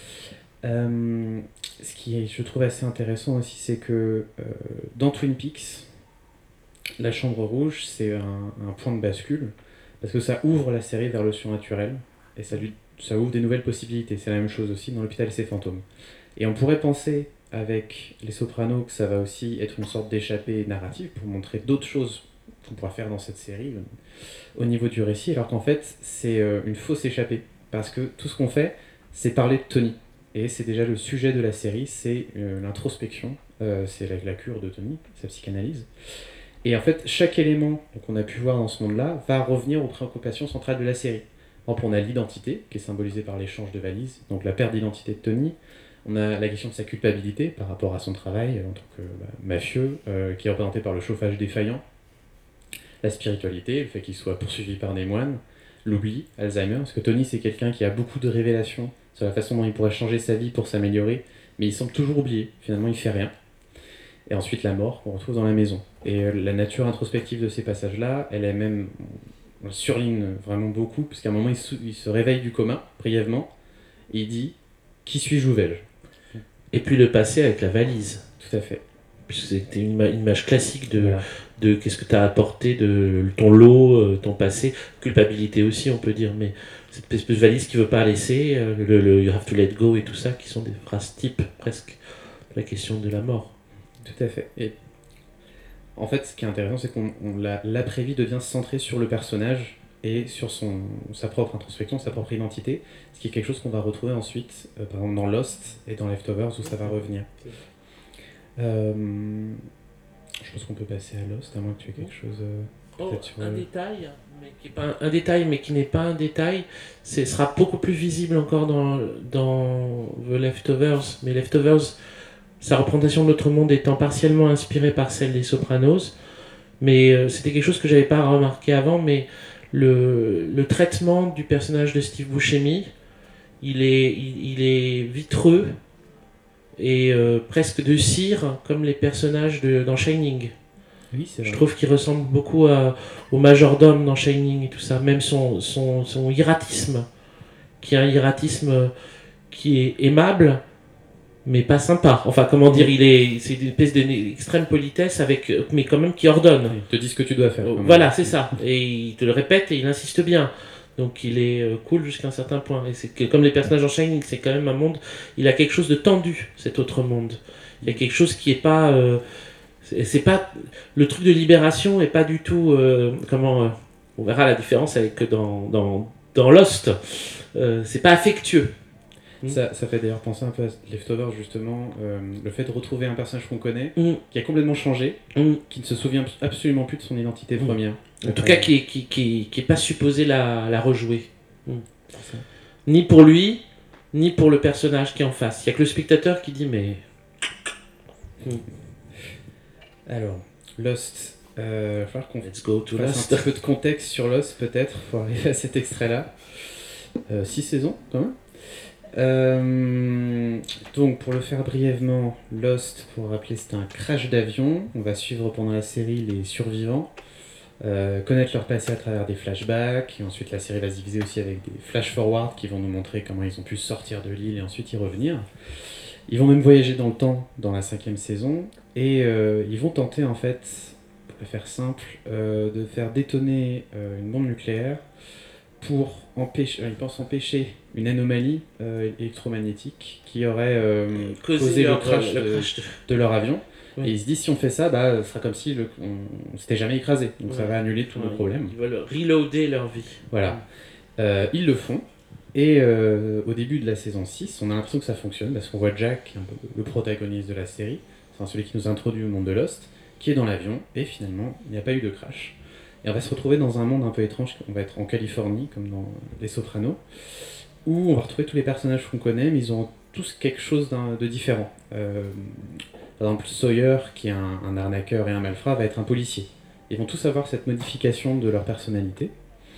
Speaker 1: Ce qui est, je trouve, assez intéressant aussi, c'est que dans Twin Peaks, la Chambre Rouge, c'est un point de bascule, parce que ça ouvre la série vers le surnaturel. et ça ouvre des nouvelles possibilités. C'est la même chose aussi dans l'hôpital et ses fantômes. Et on pourrait penser avec Les Sopranos que ça va aussi être une sorte d'échappée narrative pour montrer d'autres choses qu'on pourra faire dans cette série au niveau du récit, alors qu'en fait c'est une fausse échappée, parce que tout ce qu'on fait c'est parler de Tony, et c'est déjà le sujet de la série, c'est l'introspection, c'est la cure de Tony, sa psychanalyse. Et en fait chaque élément qu'on a pu voir dans ce monde-là va revenir aux préoccupations centrales de la série. Par exemple, on a l'identité qui est symbolisée par l'échange de valises, donc la perte d'identité de Tony. On a la question de sa culpabilité par rapport à son travail en tant que mafieux, qui est représenté par le chauffage défaillant. La spiritualité, le fait qu'il soit poursuivi par des moines. L'oubli, Alzheimer, parce que Tony c'est quelqu'un qui a beaucoup de révélations sur la façon dont il pourrait changer sa vie pour s'améliorer, mais il semble toujours oublié, finalement il fait rien. Et ensuite la mort qu'on retrouve dans la maison. Et la nature introspective de ces passages-là, elle est même, on le surligne vraiment beaucoup, parce qu'à un moment il se réveille du coma, brièvement, et il dit « Qui suis-je, où vais-je »
Speaker 2: Et puis le passé avec la valise.
Speaker 1: Tout à fait.
Speaker 2: Puisque c'était une image classique de qu'est-ce que tu as apporté de ton lot, ton passé, culpabilité aussi on peut dire, mais cette espèce de valise qui veut pas laisser, le you have to let go et tout ça, qui sont des phrases types presque de la question de la mort.
Speaker 1: Tout à fait. Et en fait, ce qui est intéressant, c'est qu'on l'après-vie devient centré sur le personnage et sur sa propre introspection, sa propre identité, ce qui est quelque chose qu'on va retrouver ensuite, par exemple dans Lost et dans Leftovers, où ça va revenir. Je pense qu'on peut passer à Lost, à moins que tu aies quelque chose...
Speaker 2: Détail, mais qui est pas un détail, mais qui n'est pas un détail, sera beaucoup plus visible encore dans The Leftovers, mais Leftovers, sa représentation de notre monde étant partiellement inspirée par celle des Sopranos, mais c'était quelque chose que j'avais pas remarqué avant, mais le traitement du personnage de Steve Buscemi, il est vitreux et presque de cire, comme les personnages dans Shining.
Speaker 1: Oui, c'est vrai.
Speaker 2: Je trouve qu'il ressemble beaucoup au majordome dans Shining et tout ça, même son hiératisme, qui est un hiératisme qui est aimable, mais pas sympa. Enfin, comment dire, c'est une espèce d'extrême politesse, mais quand même qui ordonne.
Speaker 1: Il te dit ce que tu dois faire.
Speaker 2: Voilà, c'est ça. Et il te le répète et il insiste bien. Donc il est cool jusqu'à un certain point. Et c'est comme les personnages en Shining, c'est quand même un monde, il a quelque chose de tendu, cet autre monde. Il y a quelque chose qui est pas... c'est pas... Le truc de libération est pas du tout... on verra la différence avec dans Lost. C'est pas affectueux.
Speaker 1: Ça fait d'ailleurs penser un peu à Leftovers, justement, le fait de retrouver un personnage qu'on connaît, qui a complètement changé, qui ne se souvient absolument plus de son identité première.
Speaker 2: En tout cas, qui est pas supposé la rejouer. Ni pour lui, ni pour le personnage qui est en face. Il y a que le spectateur qui dit mais...
Speaker 1: Alors, Lost, il va falloir qu'on
Speaker 2: Let's go to
Speaker 1: fasse
Speaker 2: Lost.
Speaker 1: un petit peu de contexte sur Lost, peut-être, pour arriver à cet extrait-là. 6 saisons, quand même. Donc pour le faire brièvement, Lost, pour rappeler, c'est un crash d'avion. On va suivre pendant la série les survivants, connaître leur passé à travers des flashbacks, et ensuite la série va se diviser aussi avec des flash-forward qui vont nous montrer comment ils ont pu sortir de l'île et ensuite y revenir. Ils vont même voyager dans le temps dans la 5e saison, et ils vont tenter en fait, pour le faire simple, de faire détonner une bombe nucléaire pour empêcher une anomalie électromagnétique qui aurait causé le crash de leur avion. Oui. Et ils se disent, si on fait ça, ce sera comme si on s'était jamais écrasé. Donc ça va annuler tous nos problèmes.
Speaker 2: Ils veulent reloader leur vie.
Speaker 1: Voilà. Ils le font. Et au début de la saison 6, on a l'impression que ça fonctionne, parce qu'on voit Jack, un peu le protagoniste de la série, enfin celui qui nous introduit au monde de Lost, qui est dans l'avion, et finalement, il n'y a pas eu de crash. Et on va se retrouver dans un monde un peu étrange, on va être en Californie, comme dans Les Sopranos, où on va retrouver tous les personnages qu'on connaît, mais ils ont tous quelque chose de différent. Par exemple, Sawyer, qui est un arnaqueur et un malfrat, va être un policier. Ils vont tous avoir cette modification de leur personnalité.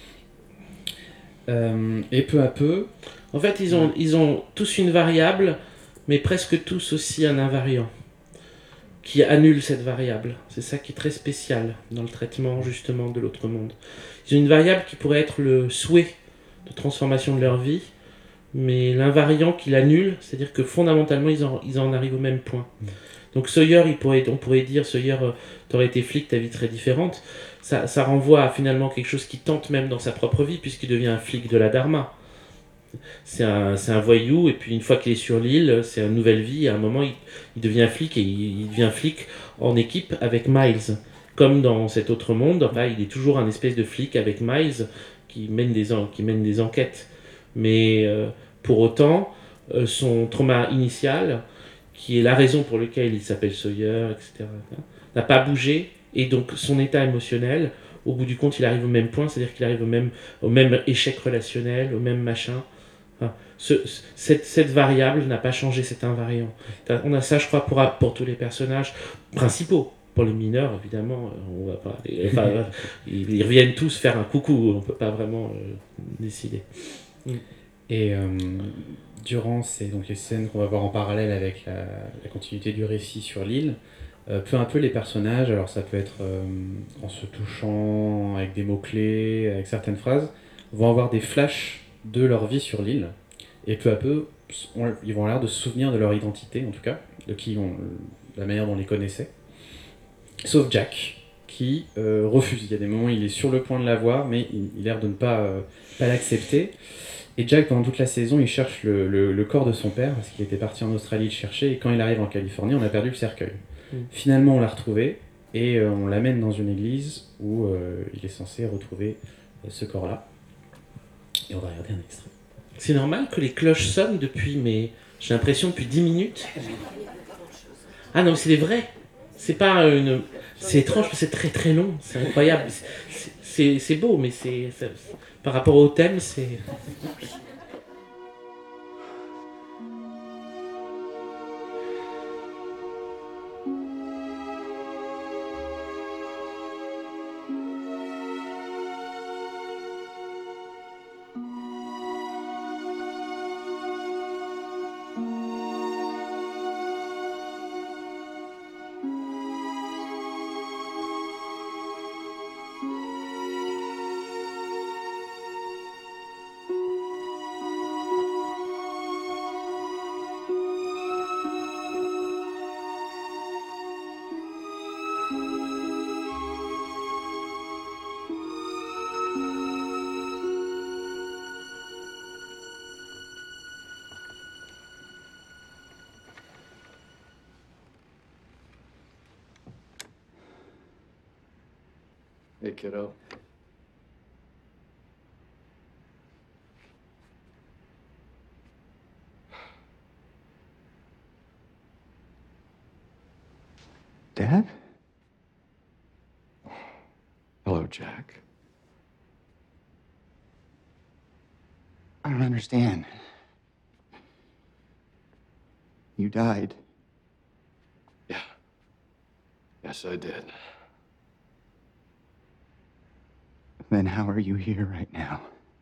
Speaker 1: Et peu à peu...
Speaker 2: En fait, ils ont tous une variable, mais presque tous aussi un invariant, qui annule cette variable. C'est ça qui est très spécial dans le traitement, justement, de l'autre monde. Ils ont une variable qui pourrait être le souhait de transformation de leur vie, mais l'invariant qui l'annule, c'est-à-dire que fondamentalement, ils en arrivent au même point. Donc Sawyer, on pourrait dire, Sawyer, t'aurais été flic, ta vie serait différente. Ça renvoie à finalement quelque chose qui tente même dans sa propre vie, puisqu'il devient un flic de la Dharma. C'est un voyou, et puis une fois qu'il est sur l'île, c'est une nouvelle vie. À un moment, il devient flic, et il devient flic en équipe avec Miles. Comme dans cet autre monde, là, il est toujours un espèce de flic avec Miles qui mène des enquêtes. Mais pour autant, son trauma initial, qui est la raison pour laquelle il s'appelle Sawyer, etc., n'a pas bougé, et donc son état émotionnel, au bout du compte, il arrive au même point, c'est-à-dire qu'il arrive au même échec relationnel, au même machin. Enfin, cette variable n'a pas changé, c'est invariant. On a ça, je crois, pour tous les personnages principaux. Pour les mineurs, évidemment, on va pas. Ils reviennent tous faire un coucou, on peut pas vraiment décider.
Speaker 1: Et durant les scènes qu'on va voir en parallèle avec la continuité du récit sur l'île, peu à peu les personnages, alors ça peut être en se touchant, avec des mots-clés, avec certaines phrases, vont avoir des flashs de leur vie sur l'île, et peu à peu, ils vont avoir l'air de se souvenir de leur identité, en tout cas, la manière dont on les connaissait. Sauf Jack, qui refuse. Il y a des moments où il est sur le point de l'avoir, mais il a l'air de ne pas l'accepter. Et Jack, pendant toute la saison, il cherche le corps de son père, parce qu'il était parti en Australie le chercher, et quand il arrive en Californie, on a perdu le cercueil. Finalement, on l'a retrouvé, et on l'amène dans une église où il est censé retrouver ce corps-là. Et on va regarder un extrait.
Speaker 2: C'est normal que les cloches sonnent depuis 10 minutes. Ah non, mais c'est des vrais. C'est pas une... C'est étrange, parce que c'est très très long, c'est incroyable. C'est beau, mais par rapport au thème, c'est...
Speaker 10: Hey, kiddo.
Speaker 11: Dad?
Speaker 10: Hello, Jack.
Speaker 11: I don't understand. You died.
Speaker 10: Yeah. Yes, I did.
Speaker 11: Then how are you here right now?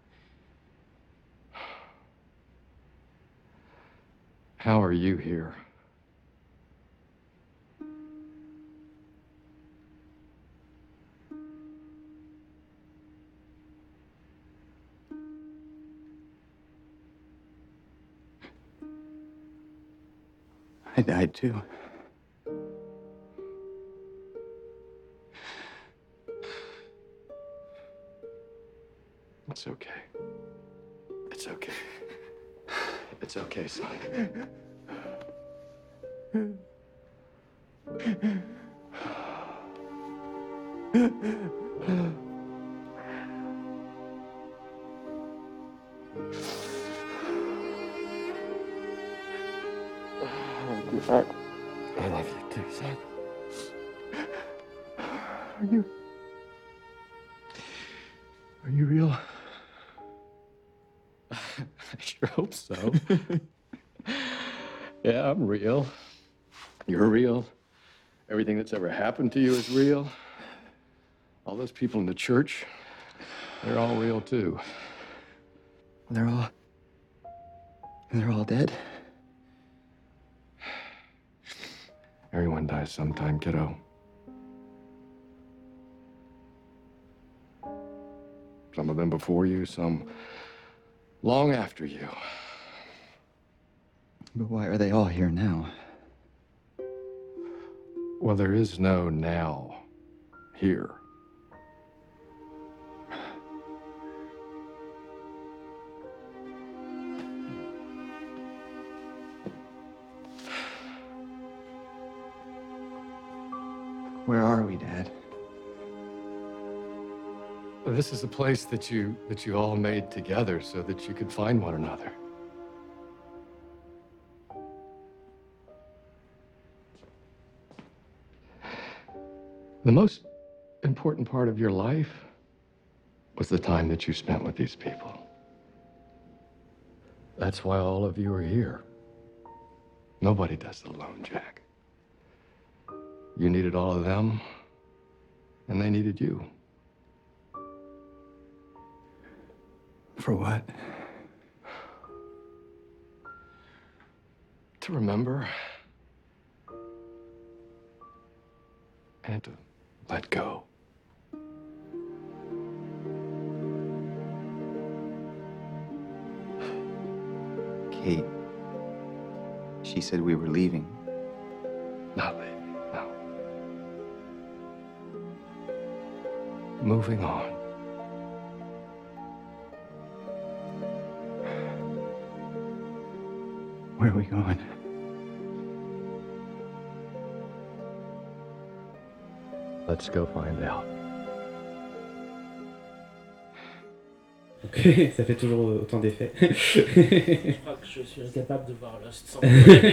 Speaker 10: How are you here?
Speaker 11: I died too.
Speaker 10: It's okay. It's okay. It's okay, son. I love you too, son. Are you real? I sure hope so. Yeah, I'm real. You're real. Everything that's ever happened to you is real. All those people in the church, they're all real too.
Speaker 11: They're all dead?
Speaker 10: Everyone dies sometime, kiddo. Some of them before you, some long after you.
Speaker 11: But why are they all here now?
Speaker 10: Well, there is no now here.
Speaker 11: Where are we, Dad?
Speaker 10: This is a place that you all made together so that you could find one another. The most important part of your life was the time that you spent with these people. That's why all of you are here. Nobody does it alone, Jack. You needed all of them, and they needed you.
Speaker 11: For what?
Speaker 10: To remember and to let go.
Speaker 11: Kate. She said we were leaving.
Speaker 10: Not leaving, no. Moving on.
Speaker 11: Where are we going?
Speaker 10: Let's go find out.
Speaker 1: Ok, ça fait toujours autant d'effets.
Speaker 2: Je crois que je suis incapable de voir Lost sans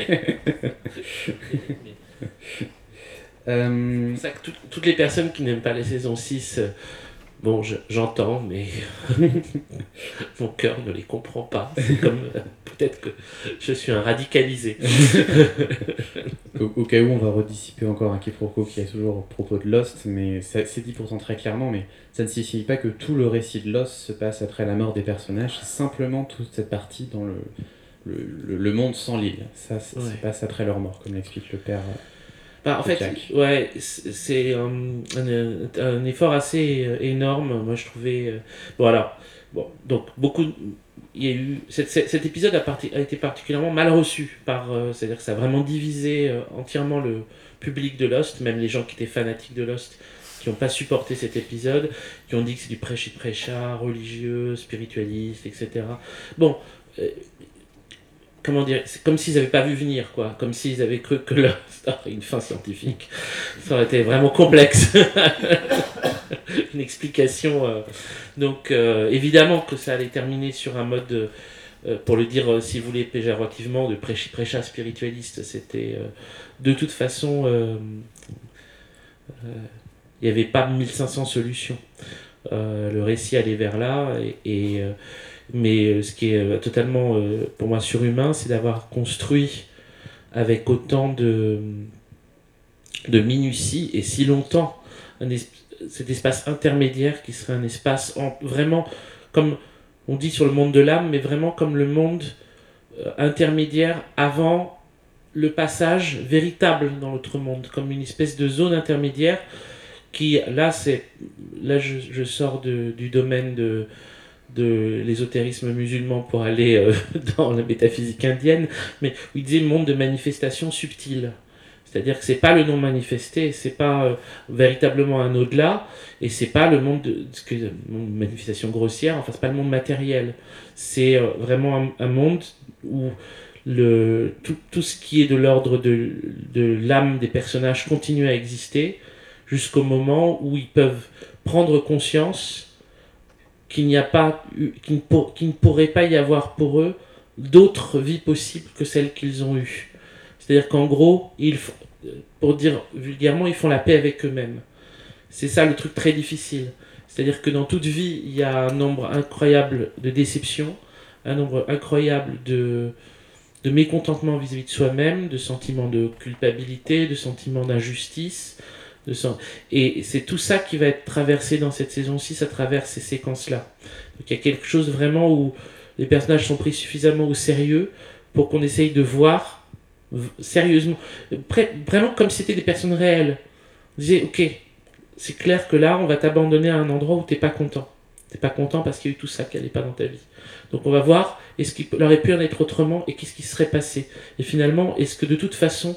Speaker 2: C'est ça que toutes les personnes qui n'aiment pas les saisons 6, bon, j'entends, mais mon cœur ne les comprend pas. C'est comme peut-être que je suis un radicalisé.
Speaker 1: Au cas où, on va redissiper encore un quiproquo qui est toujours au propos de Lost, mais c'est dit pourtant très clairement, mais ça ne signifie pas que tout le récit de Lost se passe après la mort des personnages, c'est simplement toute cette partie dans le monde sans l'île. Ça se passe après leur mort, comme l'explique le père.
Speaker 2: Bah, en fait, ouais, c'est un effort assez énorme. Moi, je trouvais. Bon, alors, bon, donc beaucoup. Il y a eu cet épisode a été particulièrement mal reçu c'est-à-dire que ça a vraiment divisé entièrement le public de Lost, même les gens qui étaient fanatiques de Lost, qui n'ont pas supporté cet épisode, qui ont dit que c'est du prêchi-prêcha, religieux, spiritualiste, etc. Bon. Comment dire, c'est comme s'ils n'avaient pas vu venir, quoi. Comme s'ils avaient cru que Lost aurait une fin scientifique. Ça aurait été vraiment complexe. Une explication. Donc, évidemment que ça allait terminer sur un mode, pour le dire, si vous voulez, péjorativement, de prêcha spiritualiste. C'était, de toute façon, il n'y avait pas 1500 solutions. Le récit allait vers là, mais ce qui est totalement, pour moi, surhumain, c'est d'avoir construit avec autant de minutie et si longtemps cet espace intermédiaire qui serait un espace vraiment, comme on dit sur le monde de l'âme, mais vraiment comme le monde intermédiaire avant le passage véritable dans l'autre monde, comme une espèce de zone intermédiaire qui, là, je sors du domaine de l'ésotérisme musulman pour aller dans la métaphysique indienne, mais où il disait monde de manifestation subtile. C'est-à-dire que c'est pas le non manifesté, c'est pas véritablement un au-delà, et c'est pas le monde de manifestation grossière, enfin c'est pas le monde matériel. C'est vraiment un monde où tout ce qui est de l'ordre de l'âme des personnages continue à exister jusqu'au moment où ils peuvent prendre conscience qu'il n'y ne pourrait pas y avoir pour eux d'autres vies possibles que celles qu'ils ont eues. C'est-à-dire qu'en gros, pour dire vulgairement, ils font la paix avec eux-mêmes. C'est ça le truc très difficile. C'est-à-dire que dans toute vie, il y a un nombre incroyable de déceptions, un nombre incroyable de mécontentement vis-à-vis de soi-même, de sentiments de culpabilité, de sentiments d'injustice. Et c'est tout ça qui va être traversé dans cette saison 6 à travers ces séquences-là. Donc il y a quelque chose vraiment où les personnages sont pris suffisamment au sérieux pour qu'on essaye de voir sérieusement, vraiment comme si c'était des personnes réelles. On disait, ok, c'est clair que là, on va t'abandonner à un endroit où t'es pas content. T'es pas content parce qu'il y a eu tout ça qui allait pas dans ta vie. Donc on va voir, est-ce qu'il aurait pu en être autrement et qu'est-ce qui serait passé. Et finalement, est-ce que de toute façon,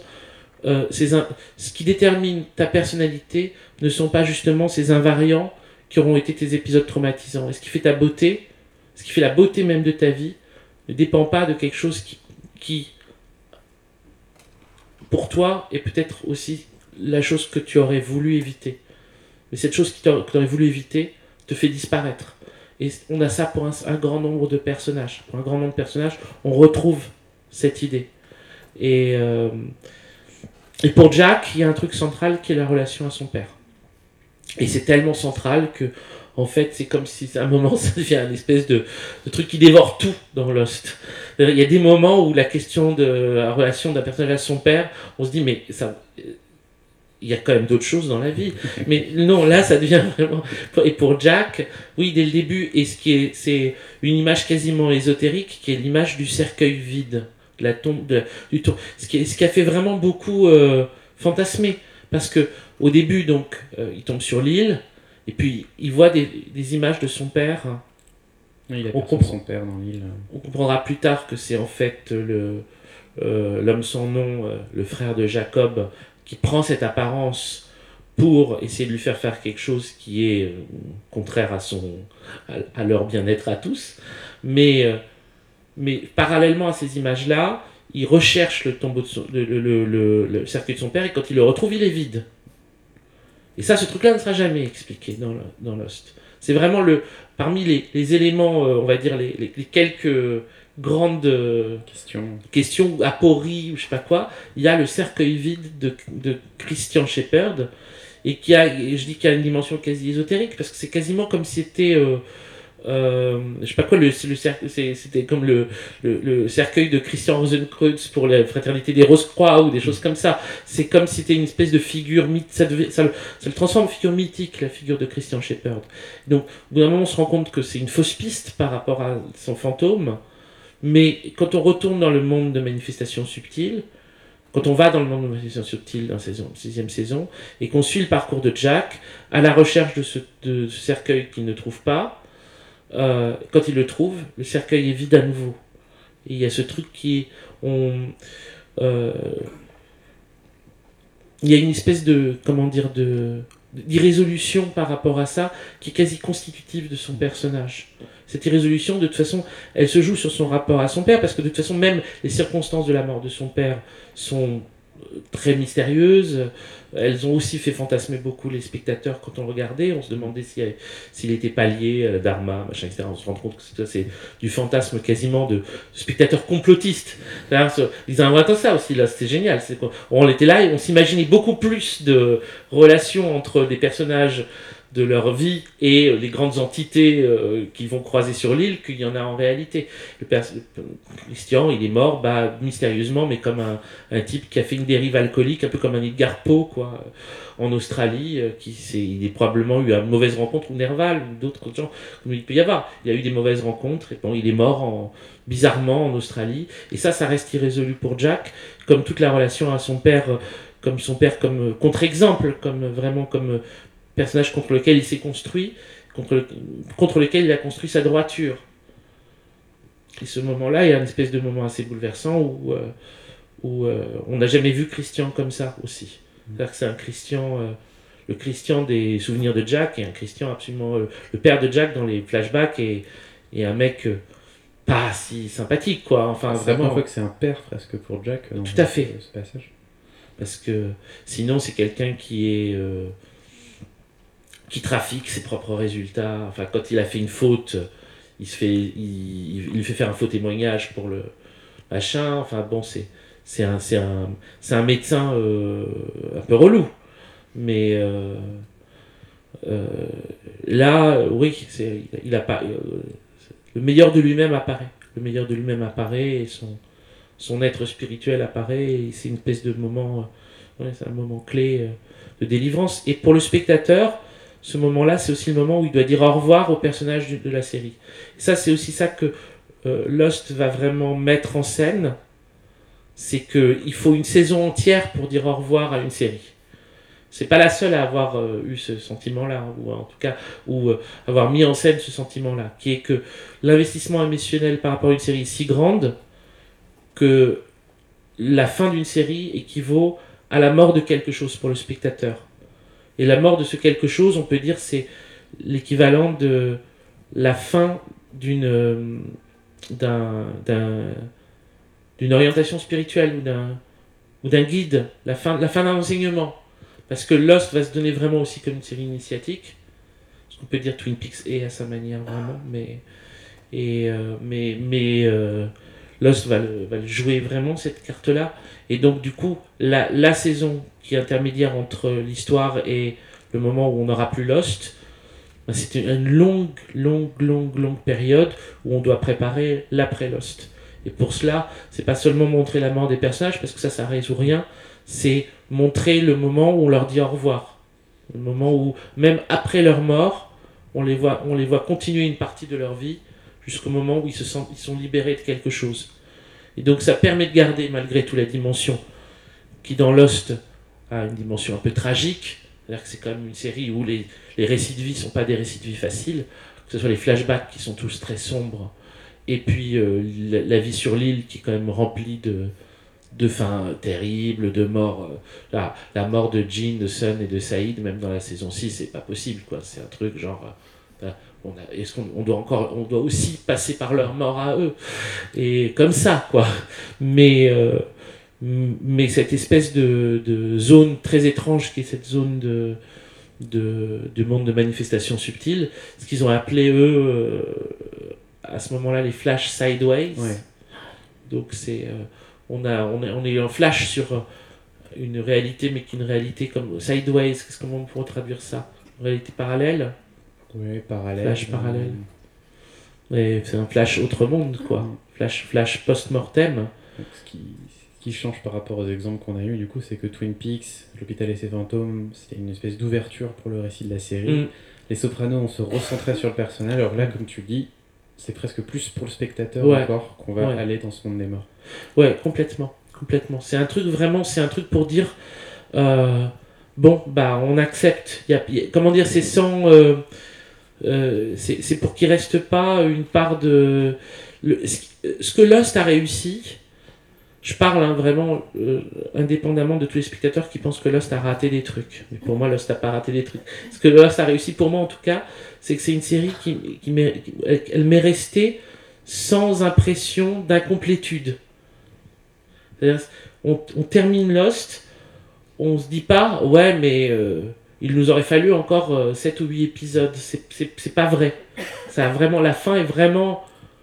Speaker 2: ce qui détermine ta personnalité ne sont pas justement ces invariants qui auront été tes épisodes traumatisants. Et ce qui fait ta beauté, ce qui fait la beauté même de ta vie, ne dépend pas de quelque chose qui pour toi, est peut-être aussi la chose que tu aurais voulu éviter. Mais cette chose que tu aurais voulu éviter te fait disparaître. Et on a ça pour un grand nombre de personnages. Pour un grand nombre de personnages, on retrouve cette idée. Et pour Jack, il y a un truc central qui est la relation à son père. Et c'est tellement central que, en fait, c'est comme si à un moment ça devient une espèce de truc qui dévore tout dans Lost. Il y a des moments où la question de la relation d'un personnage à son père, on se dit mais ça, il y a quand même d'autres choses dans la vie. Mais non, là ça devient vraiment. Et pour Jack, oui, dès le début, et c'est une image quasiment ésotérique qui est l'image du cercueil vide, de la tombe, du tour. Ce qui a fait vraiment beaucoup fantasmer, parce que au début donc il tombe sur l'île. Et puis, il voit des images de son père.
Speaker 1: Oui, il a son père dans l'île.
Speaker 2: On comprendra plus tard que c'est en fait l'homme sans nom, le frère de Jacob, qui prend cette apparence pour essayer de lui faire faire quelque chose qui est contraire à leur bien-être à tous. Mais parallèlement à ces images-là, il recherche le tombeau le cercueil de son père, et quand il le retrouve, il est vide. Et ça, ce truc-là ne sera jamais expliqué dans Lost. C'est vraiment parmi les éléments, on va dire, les quelques grandes questions, apories ou je sais pas quoi, il y a le cercueil vide de Christian Shepherd, et je dis qu'il y a une dimension quasi ésotérique, parce que c'est quasiment comme si c'était... je sais pas quoi, c'était comme le cercueil de Christian Rosenkreutz pour la fraternité des Rose-Croix ou des choses comme ça. C'est comme si c'était une espèce de figure ça le transforme en figure mythique, la figure de Christian Shepherd. Donc, au bout d'un moment, on se rend compte que c'est une fausse piste par rapport à son fantôme, mais quand on retourne dans le monde de manifestations subtiles, quand on va dans le monde de manifestations subtiles dans la 6e saison, et qu'on suit le parcours de Jack à la recherche de ce cercueil qu'il ne trouve pas, quand il le trouve, le cercueil est vide à nouveau. Et il y a ce truc il y a une espèce d'irrésolution par rapport à ça, qui est quasi constitutive de son personnage. Cette irrésolution, de toute façon, elle se joue sur son rapport à son père, parce que de toute façon, même les circonstances de la mort de son père sont très mystérieuses. Elles ont aussi fait fantasmer beaucoup les spectateurs quand on le regardait. On se demandait s'il était pas lié à la Dharma, machin, etc. On se rend compte que c'est du fantasme quasiment de spectateurs complotistes. Ils inventent ça aussi, là, c'était génial. On était là et on s'imaginait beaucoup plus de relations entre des personnages de leur vie et les grandes entités qui vont croiser sur l'île qu'il y en a en réalité. Christian, il est mort mystérieusement, mais comme un type qui a fait une dérive alcoolique, un peu comme un Edgar Poe, quoi, en Australie, il a probablement eu une mauvaise rencontre, ou Nerval, ou d'autres gens, comme il peut y avoir. Il a eu des mauvaises rencontres, et bon, il est mort bizarrement en Australie, et ça reste irrésolu pour Jack, comme toute la relation à son père, comme contre-exemple, comme personnage contre lequel il s'est construit, contre lequel il a construit sa droiture. Et ce moment-là, il y a une espèce de moment assez bouleversant où on n'a jamais vu Christian comme ça aussi. C'est-à-dire que c'est un Christian, le Christian des souvenirs de Jack, et un Christian absolument... le père de Jack dans les flashbacks, et un mec pas si sympathique, quoi. Enfin,
Speaker 1: c'est
Speaker 2: vraiment...
Speaker 1: la première fois que c'est un père, presque, pour Jack, dans
Speaker 2: tout à fait.
Speaker 1: Ce passage.
Speaker 2: Parce que sinon, c'est quelqu'un qui trafique ses propres résultats. Enfin, quand il a fait une faute, il lui fait faire un faux témoignage pour le machin. Enfin bon, c'est un médecin un peu relou. Mais là, oui, il a pas le meilleur de lui-même apparaît. Le meilleur de lui-même apparaît, et son être spirituel apparaît, et c'est une espèce de moment, c'est un moment clé de délivrance. Et pour le spectateur, ce moment-là, c'est aussi le moment où il doit dire au revoir au personnage de la série. Et ça, c'est aussi ça que Lost va vraiment mettre en scène, c'est qu'il faut une saison entière pour dire au revoir à une série. C'est pas la seule à avoir eu ce sentiment-là, ou en tout cas, ou avoir mis en scène ce sentiment-là, qui est que l'investissement émotionnel par rapport à une série est si grande que la fin d'une série équivaut à la mort de quelque chose pour le spectateur. Et la mort de ce quelque chose, on peut dire, c'est l'équivalent de la fin d'une orientation spirituelle, ou d'un guide, la fin d'un enseignement. parce que Lost va se donner vraiment aussi comme une série initiatique. Ce qu'on peut dire Twin Peaks est à sa manière vraiment, mais Lost va le jouer vraiment cette carte-là. Et donc du coup, la saison qui est intermédiaire entre l'histoire et le moment où on n'aura plus Lost, c'était une longue période où on doit préparer l'après Lost. Et pour cela, c'est pas seulement montrer la mort des personnages, parce que ça résout rien, c'est montrer le moment où on leur dit au revoir. Le moment où, même après leur mort, on les voit continuer une partie de leur vie, jusqu'au moment où ils sont libérés de quelque chose. Et donc ça permet de garder malgré tout la dimension qui dans Lost a une dimension un peu tragique, c'est-à-dire que c'est quand même une série où les récits de vie ne sont pas des récits de vie faciles, que ce soit les flashbacks qui sont tous très sombres, et puis la vie sur l'île qui est quand même remplie de fins terribles, de morts. La mort de Jean, de Sun et de Saïd, même dans la saison 6, c'est pas possible, quoi. C'est un truc genre... on doit aussi passer par leur mort à eux, et comme ça, quoi. Mais cette espèce de zone très étrange qui est cette zone de monde de manifestation subtile, ce qu'ils ont appelé eux à ce moment-là les flash sideways.
Speaker 1: Ouais.
Speaker 2: Donc c'est on a eu un flash sur une réalité, mais qui est une réalité comme sideways. Comment on pourrait traduire ça? Réalité parallèle.
Speaker 1: Oui, parallèle.
Speaker 2: Flash parallèle. Et c'est un flash autre monde, quoi. Flash post-mortem.
Speaker 1: Donc, ce qui change par rapport aux exemples qu'on a eu, du coup, c'est que Twin Peaks, L'Hôpital et ses fantômes, c'était une espèce d'ouverture pour le récit de la série. Les Sopranos, on se recentrait sur le personnage, alors là, comme tu dis, c'est presque plus pour le spectateur encore qu'on va aller dans ce monde des morts.
Speaker 2: Ouais, complètement. C'est un truc pour dire, bon, bah, on accepte. Comment dire, c'est sans... c'est pour qu'il reste pas une part de... ce que Lost a réussi... Je parle vraiment indépendamment de tous les spectateurs qui pensent que Lost a raté des trucs. Mais pour moi, Lost n'a pas raté des trucs. Ce que Lost a réussi, pour moi en tout cas, c'est que c'est une série elle m'est restée sans impression d'incomplétude. C'est-à-dire, on termine Lost, on se dit pas, ouais, mais il nous aurait fallu encore 7 ou 8 épisodes. C'est pas vrai. La fin est vraiment,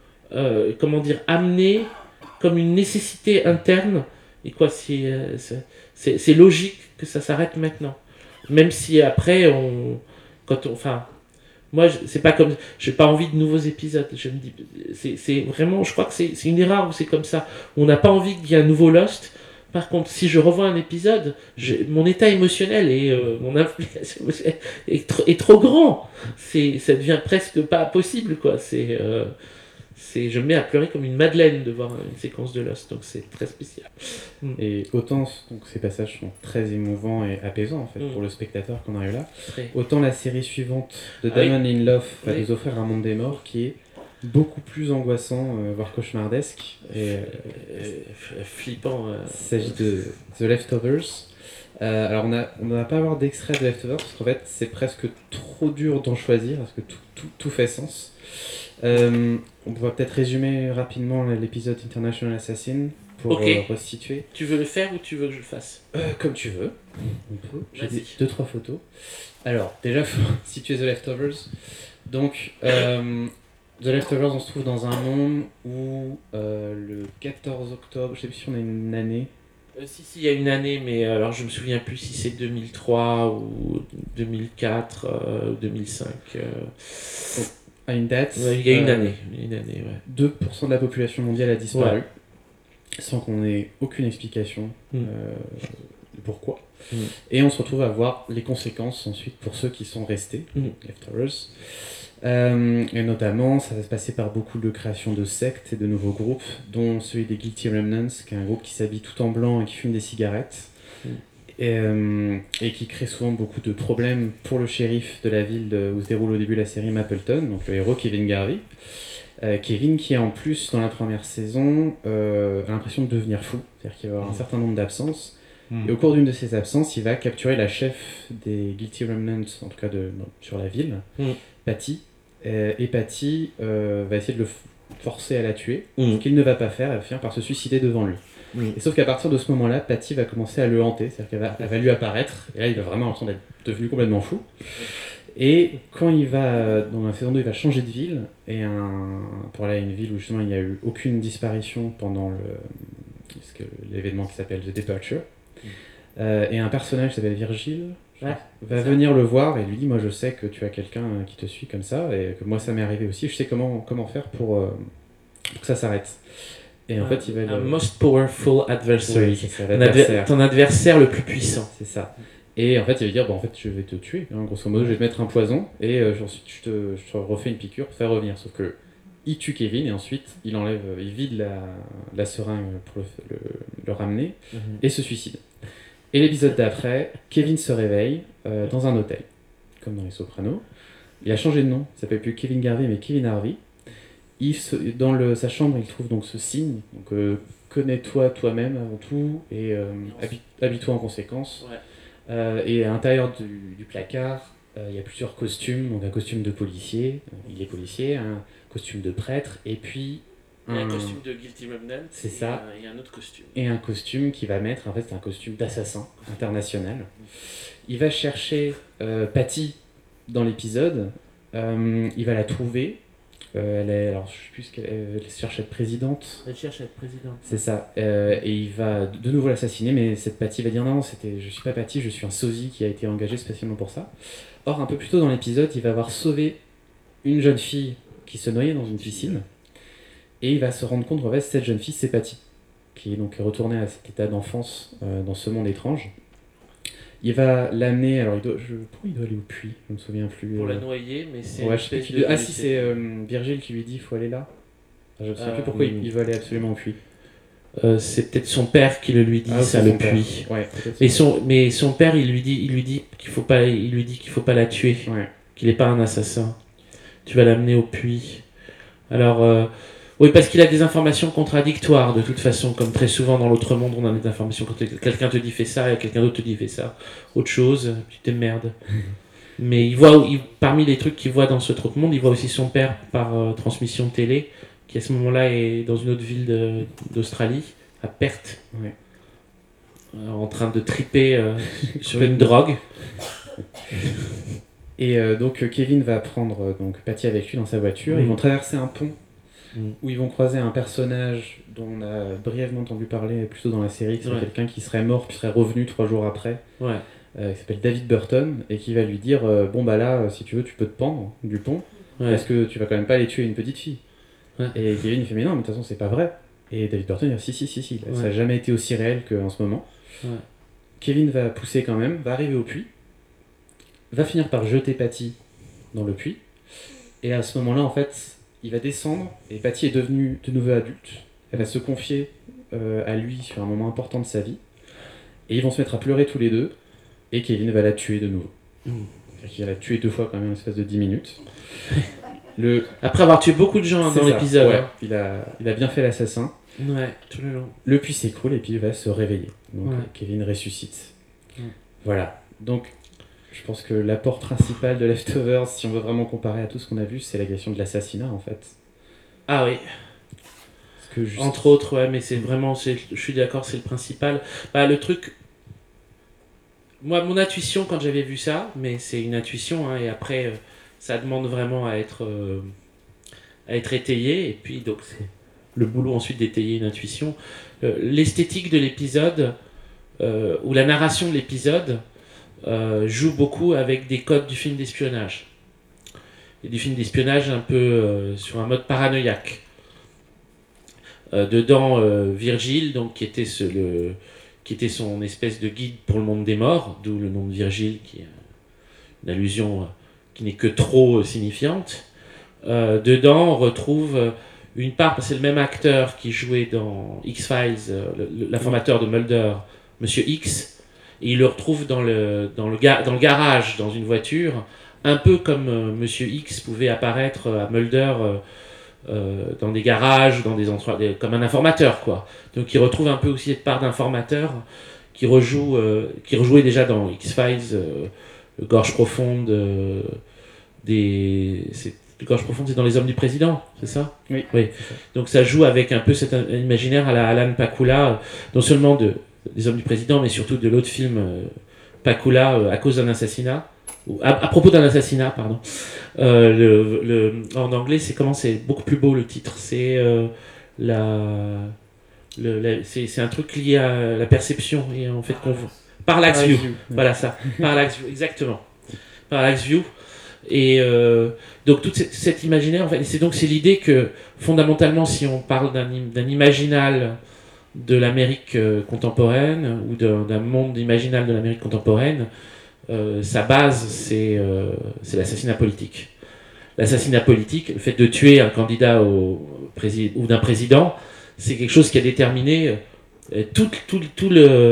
Speaker 2: amenée comme une nécessité interne, et quoi, c'est logique que ça s'arrête maintenant. Même si après, moi, c'est pas comme, j'ai pas envie de nouveaux épisodes. Je me dis, c'est vraiment, je crois que c'est une erreur où c'est comme ça. On n'a pas envie qu'il y ait un nouveau Lost. Par contre, si je revois un épisode, mon état émotionnel et mon implication est trop grand. Ça devient presque pas possible, quoi. Je me mets à pleurer comme une madeleine de voir une séquence de Lost, donc c'est très spécial.
Speaker 1: Et autant donc, ces passages sont très émouvants et apaisants en fait, pour le spectateur qu'on arrive là, autant la série suivante de Damon Lindelof va nous offrir un monde des morts qui est beaucoup plus angoissant, voire cauchemardesque. Et,
Speaker 2: flippant.
Speaker 1: Il s'agit de The Leftovers. Alors on n'a pas à avoir d'extrait de Leftovers parce qu'en fait c'est presque trop dur d'en choisir parce que tout fait sens. On va peut-être résumer rapidement l'épisode International Assassin pour resituer.
Speaker 2: Tu veux le faire ou tu veux que je le fasse?
Speaker 1: Comme tu veux. On peut. J'ai 2-3 photos. Alors, déjà, il faut situer The Leftovers. Donc, The Leftovers, on se trouve dans un monde où le 14 octobre, je sais plus si on a une année.
Speaker 2: Si, il y a une année, mais alors je me souviens plus si c'est 2003 ou 2004 ou 2005.
Speaker 1: À une date.
Speaker 2: Il y a une année.
Speaker 1: 2% de la population mondiale a disparu, sans qu'on ait aucune explication de pourquoi. Et on se retrouve à voir les conséquences ensuite pour ceux qui sont restés, Leftovers. Et notamment, ça va se passer par beaucoup de créations de sectes et de nouveaux groupes, dont celui des Guilty Remnants, qui est un groupe qui s'habille tout en blanc et qui fume des cigarettes. Et qui crée souvent beaucoup de problèmes pour le shérif de la ville où se déroule au début la série Mapleton, donc le héros Kevin Garvey. Kevin qui en plus dans la première saison a l'impression de devenir fou, c'est-à-dire qu'il va avoir un certain nombre d'absences, et au cours d'une de ces absences il va capturer la chef des Guilty Remnants, en tout cas sur la ville, Patty, et Patty va essayer de le forcer à la tuer, ce qu'il ne va pas faire, elle va finir par se suicider devant lui. Et sauf qu'à partir de ce moment-là, Patty va commencer à le hanter, c'est-à-dire qu'elle va lui apparaître, et là il va vraiment avoir l'impression d'être devenu complètement fou. Et quand il va, dans la saison 2, il va changer de ville, pour aller à une ville où justement il n'y a eu aucune disparition pendant l'événement qui s'appelle The Departure. Et un personnage qui s'appelle Virgile va venir le voir et lui dit, moi je sais que tu as quelqu'un qui te suit comme ça, et que moi ça m'est arrivé aussi, je sais comment faire pour que ça s'arrête. Et en fait, il va
Speaker 2: most powerful adversary.
Speaker 1: Oui, c'est ça, l'adversaire.
Speaker 2: Ton adversaire le plus puissant.
Speaker 1: C'est ça. Et en fait, il va dire, en fait, je vais te tuer, hein, grosso modo, je vais te mettre un poison, et ensuite je te refais une piqûre pour faire revenir. Sauf que il tue Kevin, et ensuite il vide la seringue pour le ramener, et se suicide. Et l'épisode d'après, Kevin se réveille dans un hôtel, comme dans Les Sopranos. Il a changé de nom, il s'appelle plus Kevin Garvey, mais Kevin Harvey. Dans sa chambre, il trouve donc ce signe. Donc, connais-toi toi-même avant tout et habille-toi en conséquence. Et à l'intérieur du placard, il y a plusieurs costumes. Donc un costume de policier, il est policier, un costume de prêtre, et puis
Speaker 2: un costume de Guilty Remnant.
Speaker 1: C'est ça.
Speaker 2: Et un autre costume.
Speaker 1: Et un costume qu'il va mettre, en fait, c'est un costume d'assassin international. Il va chercher Patty dans l'épisode. Il va la trouver. Alors, je sais plus elle cherche à être présidente.
Speaker 2: Elle cherche à être présidente.
Speaker 1: C'est ça. Et il va de nouveau l'assassiner, mais cette Patty va dire non, je suis pas Patty, je suis un sosie qui a été engagé spécialement pour ça. Or, un peu plus tôt dans l'épisode, il va avoir sauvé une jeune fille qui se noyait dans une piscine, et il va se rendre compte qu'en fait, cette jeune fille, c'est Patty, qui est donc retournée à cet état d'enfance dans ce monde étrange. Il va l'amener, alors pourquoi il doit aller au puits? Je me souviens plus.
Speaker 2: Pour la noyer, mais c'est...
Speaker 1: Ouais, je sais pas si c'est Virgile qui lui dit il faut aller là. Je ne sais plus pourquoi il veut aller absolument au puits.
Speaker 2: C'est peut-être son père qui le lui dit, ça, le puits.
Speaker 1: Ouais,
Speaker 2: mais son père, il lui dit qu'il faut pas la tuer, qu'il n'est pas un assassin. Tu vas l'amener au puits. Alors... Oui, parce qu'il a des informations contradictoires, de toute façon, comme très souvent dans l'autre monde, on a des informations quand quelqu'un te dit fais ça, et quelqu'un d'autre te dit fais ça. Autre chose, tu t'emmerdes. Mais parmi les trucs qu'il voit dans ce autre monde, il voit aussi son père par transmission télé, qui à ce moment-là est dans une autre ville d'Australie, à Perth, en train de triper sur une drogue.
Speaker 1: Et donc Kevin va prendre Patty avec lui dans sa voiture, ils vont traverser un pont, où ils vont croiser un personnage dont on a brièvement entendu parler plutôt dans la série, qui serait quelqu'un qui serait mort puis serait revenu 3 jours après, qui s'appelle David Burton, et qui va lui dire bon bah là si tu veux tu peux te pendre du pont, parce que tu vas quand même pas aller tuer une petite fille. Et Kevin il fait mais non, mais de toute façon c'est pas vrai. Et David Burton il dit si, ça n'a jamais été aussi réel qu'en ce moment. Kevin va pousser quand même, va arriver au puits, va finir par jeter Patty dans le puits, et à ce moment là en fait il va descendre, et Patty est devenue de nouveau adulte. Elle va se confier à lui sur un moment important de sa vie. Et ils vont se mettre à pleurer tous les deux. Et Kevin va la tuer de nouveau. Il va la tuer 2 fois quand même en l'espace de 10 minutes.
Speaker 2: Après avoir tué beaucoup de gens dans l'épisode.
Speaker 1: Ouais. Il a bien fait l'assassin.
Speaker 2: Ouais, tout le long.
Speaker 1: Le puits s'écroule et puis il va se réveiller. Donc Kevin ressuscite. Voilà. Donc... Je pense que l'apport principal de Leftovers, si on veut vraiment comparer à tout ce qu'on a vu, c'est la question de l'assassinat, en fait.
Speaker 2: Ah oui. Entre autres, mais c'est vraiment... Je suis d'accord, c'est le principal. Le truc... Moi, mon intuition, quand j'avais vu ça, mais c'est une intuition, et après, ça demande vraiment à être étayé, et puis, donc, c'est le boulot ensuite d'étayer une intuition. L'esthétique de l'épisode, ou la narration de l'épisode... joue beaucoup avec des codes du film d'espionnage. Et du film d'espionnage un peu sur un mode paranoïaque. Dedans, Virgile, donc, qui était son espèce de guide pour le monde des morts, d'où le nom de Virgile, qui est une allusion qui n'est que trop signifiante. Dedans, on retrouve une part, c'est le même acteur qui jouait dans X-Files, l'informateur de Mulder, Monsieur X. Et il le retrouve dans le garage, dans une voiture, un peu comme Monsieur X pouvait apparaître à Mulder dans des garages, dans des endroits, comme un informateur, quoi. Donc il retrouve un peu aussi cette part d'informateur qui rejouait déjà dans X-Files, Gorge profonde, le de Gorge Profonde, c'est dans Les Hommes du Président, c'est ça ?
Speaker 1: Oui.
Speaker 2: Donc ça joue avec un peu cet imaginaire à la Alan Pakula, non seulement des Hommes du Président, mais surtout de l'autre film Pakula à cause d'un assassinat, ou à propos d'un assassinat, pardon. En anglais, c'est beaucoup plus beau le titre. C'est c'est un truc lié à la perception et en fait qu'on voit. Parallax View. Voilà ça. Parallax View, exactement. Parallax View. Et donc tout cet imaginaire, en fait, c'est l'idée que fondamentalement, si on parle d'un imaginal de l'Amérique contemporaine ou d'un monde imaginal de l'Amérique contemporaine, sa base c'est l'assassinat politique. L'assassinat politique, le fait de tuer un candidat ou d'un président, c'est quelque chose qui a déterminé toute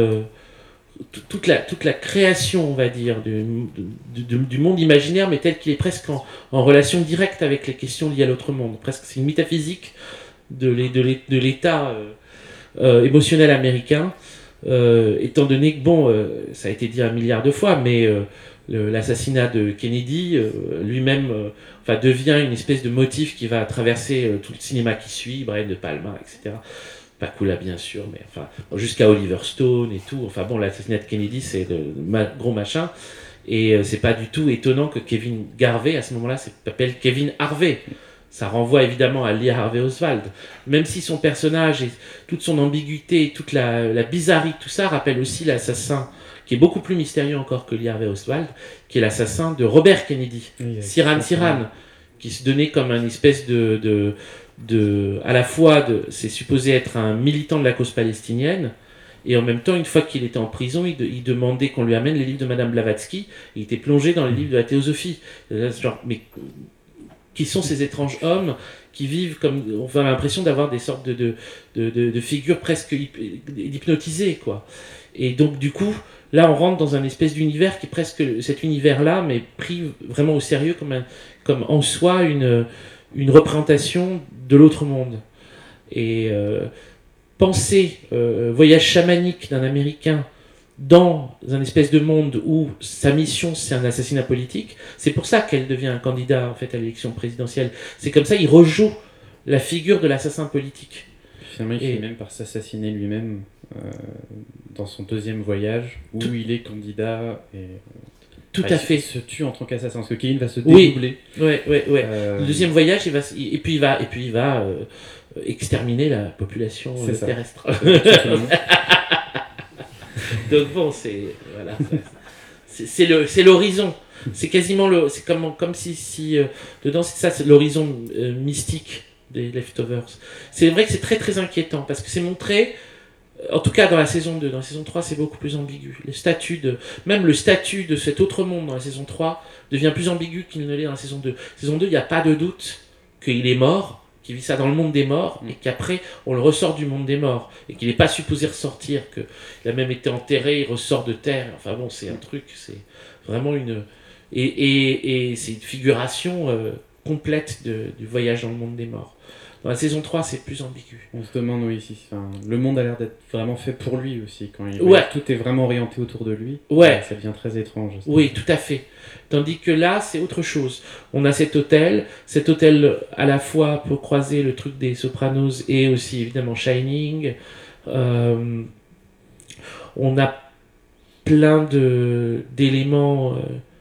Speaker 2: la création, on va dire, du monde imaginaire, mais tel qu'il est presque en relation directe avec les questions liées à l'autre monde. Presque, c'est une métaphysique de l'état émotionnel américain, étant donné que, ça a été dit 1 milliard de fois, mais l'assassinat de Kennedy lui-même devient une espèce de motif qui va traverser tout le cinéma qui suit, Brian De Palma, etc. Pakula bien sûr, mais jusqu'à Oliver Stone et tout. L'assassinat de Kennedy, c'est gros machin. Et c'est pas du tout étonnant que Kevin Garvey, à ce moment-là, s'appelle Kevin Harvey. Ça renvoie évidemment à Lee Harvey Oswald. Même si son personnage et toute son ambiguïté, toute la bizarrerie, tout ça rappelle aussi l'assassin, qui est beaucoup plus mystérieux encore que Lee Harvey Oswald, qui est l'assassin de Robert Kennedy, Sirhan Sirhan, qui se donnait comme une espèce c'est supposé être un militant de la cause palestinienne, et en même temps, une fois qu'il était en prison, il demandait qu'on lui amène les livres de Madame Blavatsky, il était plongé dans les livres de la théosophie. Mais qui sont ces étranges hommes qui vivent comme, on a l'impression d'avoir des sortes de figures presque hypnotisées, quoi. Et donc du coup, là on rentre dans un espèce d'univers qui est presque cet univers-là, mais pris vraiment au sérieux comme en soi une représentation de l'autre monde. Et penser voyage chamanique d'un Américain dans un espèce de monde où sa mission c'est un assassinat politique, c'est pour ça qu'elle devient un candidat en fait à l'élection présidentielle. C'est comme ça, il rejoue la figure de l'assassin politique.
Speaker 1: Finalement, il finit même par s'assassiner lui-même dans son 2e voyage où il est candidat et
Speaker 2: tout à fait.
Speaker 1: Il se tue en tant qu'assassin parce que Kevin va se dédoubler.
Speaker 2: Oui. Le 2e voyage, il va exterminer la population terrestre. Donc c'est l'horizon. C'est quasiment c'est comme si dedans c'est l'horizon mystique des Leftovers. C'est vrai que c'est très très inquiétant parce que c'est montré, en tout cas dans la saison 2, dans la saison 3 c'est beaucoup plus ambigu. Même le statut de cet autre monde dans la saison 3 devient plus ambigu qu'il ne l'est dans la saison 2. Saison 2, il n'y a pas de doute qu'il est mort, qu'il vit ça dans le monde des morts, et qu'après on le ressort du monde des morts, et qu'il n'est pas supposé ressortir, qu'il a même été enterré, il ressort de terre. C'est un truc, c'est vraiment et c'est une figuration complète du voyage dans le monde des morts. Dans la saison 3, c'est plus ambigu.
Speaker 1: On se demande, le monde a l'air d'être vraiment fait pour lui aussi. Quand tout est vraiment orienté autour de lui, ça devient très étrange.
Speaker 2: Oui, tout à fait. Tandis que là, c'est autre chose. On a cet hôtel à la fois peut croiser le truc des Sopranos et aussi évidemment Shining. On a plein d'éléments...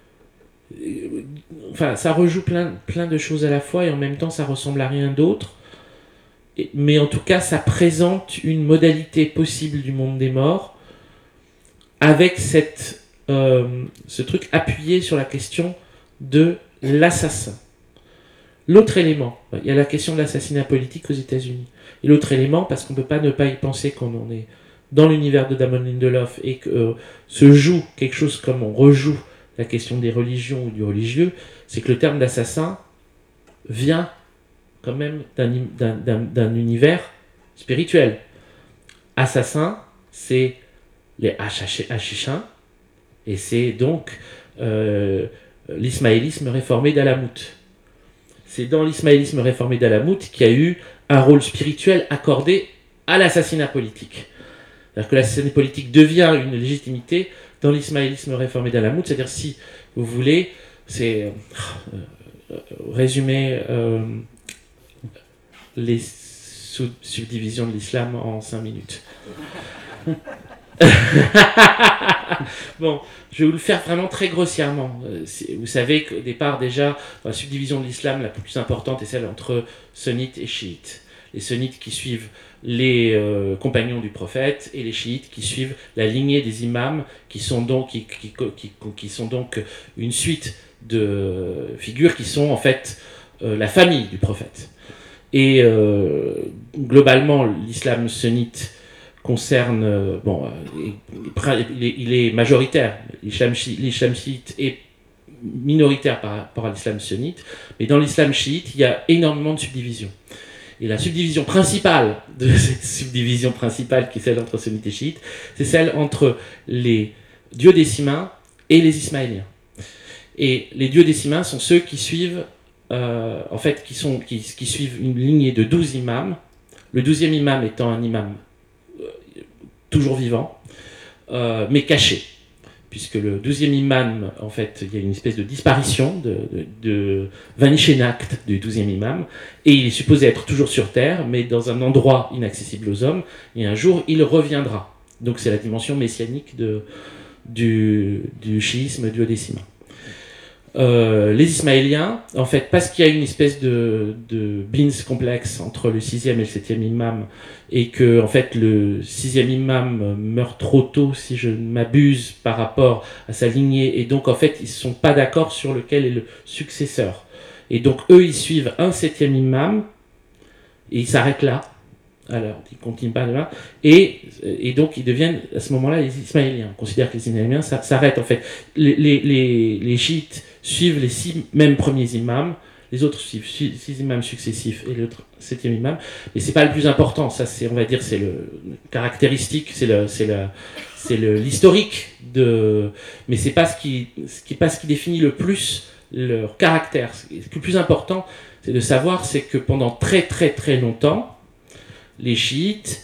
Speaker 2: ça rejoue plein de choses à la fois et en même temps, ça ressemble à rien d'autre. Mais en tout cas, ça présente une modalité possible du monde des morts avec ce truc appuyé sur la question de l'assassin. L'autre élément, il y a la question de l'assassinat politique aux États-Unis. Et l'autre élément, parce qu'on ne peut pas ne pas y penser quand on est dans l'univers de Damon Lindelof et que se joue quelque chose comme on rejoue la question des religions ou du religieux, c'est que le terme d'assassin vient quand même d'un univers spirituel. Assassin, c'est les Hachishin, et c'est donc l'ismaélisme réformé d'Alamout. C'est dans l'ismaélisme réformé d'Alamout qu'il y a eu un rôle spirituel accordé à l'assassinat politique. C'est-à-dire que l'assassinat politique devient une légitimité dans l'ismaélisme réformé d'Alamout, c'est-à-dire si vous voulez, c'est résumer les subdivisions de l'islam en 5 minutes. Bon, je vais vous le faire vraiment très grossièrement. Vous savez qu'au départ, déjà, la subdivision de l'islam la plus importante est celle entre sunnites et chiites. Les sunnites qui suivent les compagnons du prophète et les chiites qui suivent la lignée des imams qui sont donc une suite de figures qui sont en fait la famille du prophète. Et globalement, l'islam sunnite concerne, il est majoritaire, l'islam chiite est minoritaire par rapport à l'islam sunnite, mais dans l'islam chiite, il y a énormément de subdivisions. Et la subdivision principale de cette subdivision principale, qui est celle entre sunnites et chiites, c'est celle entre les duodécimains et les ismaéliens. Et les duodécimains sont ceux qui suivent, qui suivent une lignée de 12 imams, le 12e imam étant un imam toujours vivant, mais caché. Puisque le 12e imam, en fait, il y a une espèce de disparition, de vanishenakt du 12e imam, et il est supposé être toujours sur Terre, mais dans un endroit inaccessible aux hommes, et un jour, il reviendra. Donc c'est la dimension messianique du chiisme duodécimain. Les Ismaéliens, en fait, parce qu'il y a une espèce de bins complexe entre le 6e et le 7e imam, et que en fait, le 6e imam meurt trop tôt, si je ne m'abuse, par rapport à sa lignée, et donc en fait, ils ne sont pas d'accord sur lequel est le successeur. Et donc, eux, ils suivent un 7e imam, et ils s'arrêtent là. Alors, ils ne continuent pas là. Et donc, ils deviennent, à ce moment-là, les Ismaéliens. On considère que les Ismaéliens s'arrêtent, en fait. Les chiites suivent les 6 mêmes premiers imams, les autres suivent 6 imams successifs et l'autre 7e imam. Mais c'est pas le plus important, ça c'est, on va dire, c'est le caractéristique, c'est l'historique mais c'est pas ce qui définit le plus leur caractère. Ce qui est le plus important, c'est de savoir, c'est que pendant très très très longtemps, les chiites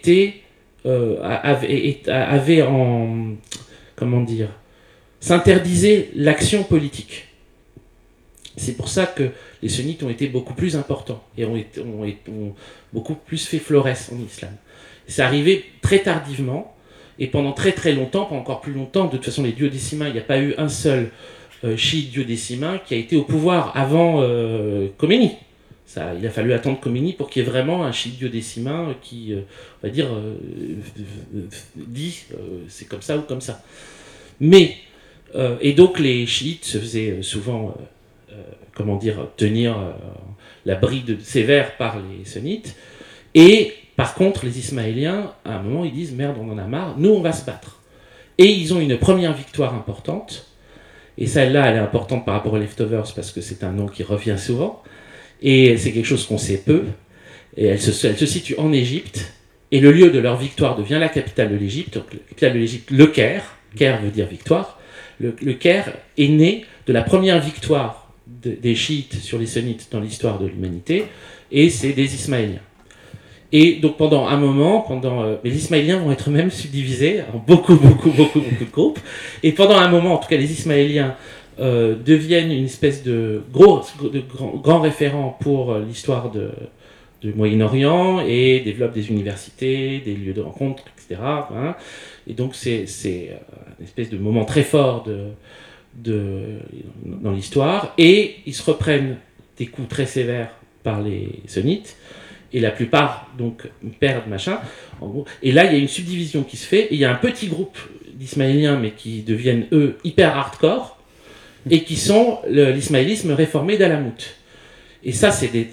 Speaker 2: avaient en, comment dire, s'interdisaient l'action politique. C'est pour ça que les sunnites ont été beaucoup plus importants et ont beaucoup plus fait florès en islam. C'est arrivé très tardivement et pendant très très longtemps, pendant encore plus longtemps. De toute façon, les duodécimains, il n'y a pas eu un seul chiite duodécimain qui a été au pouvoir avant Khomeini. Il a fallu attendre Khomeini pour qu'il y ait vraiment un chiite duodécimain qui, on va dire, dit c'est comme ça ou comme ça. Mais et donc les chiites se faisaient souvent, tenir la bride sévère par les sunnites. Et par contre, les ismaéliens, à un moment, ils disent merde, on en a marre, nous on va se battre. Et ils ont une première victoire importante. Et celle-là, elle est importante par rapport aux Leftovers parce que c'est un nom qui revient souvent. Et c'est quelque chose qu'on sait peu. Et elle se situe en Égypte. Et le lieu de leur victoire devient la capitale de l'Égypte. Donc, la capitale de l'Égypte, le Caire. Caire veut dire victoire. Le Caire est né de la première victoire des chiites sur les sunnites dans l'histoire de l'humanité. Et c'est des ismaéliens. Et donc pendant un moment, mais les Ismaéliens vont être même subdivisés en beaucoup de groupes. Et pendant un moment, en tout cas, les Ismaéliens deviennent une espèce de grand référent pour l'histoire du Moyen-Orient et développent des universités, des lieux de rencontre, etc. Hein. Et donc c'est une espèce de moment très fort dans l'histoire. Et ils se reprennent des coups très sévères par les sunnites. Et la plupart, donc, perdent, machin. En gros. Et là, il y a une subdivision qui se fait. Et il y a un petit groupe d'Ismaéliens, mais qui deviennent, eux, hyper hardcore, et qui sont l'ismaélisme réformé d'Alamout. Et ça, c'est des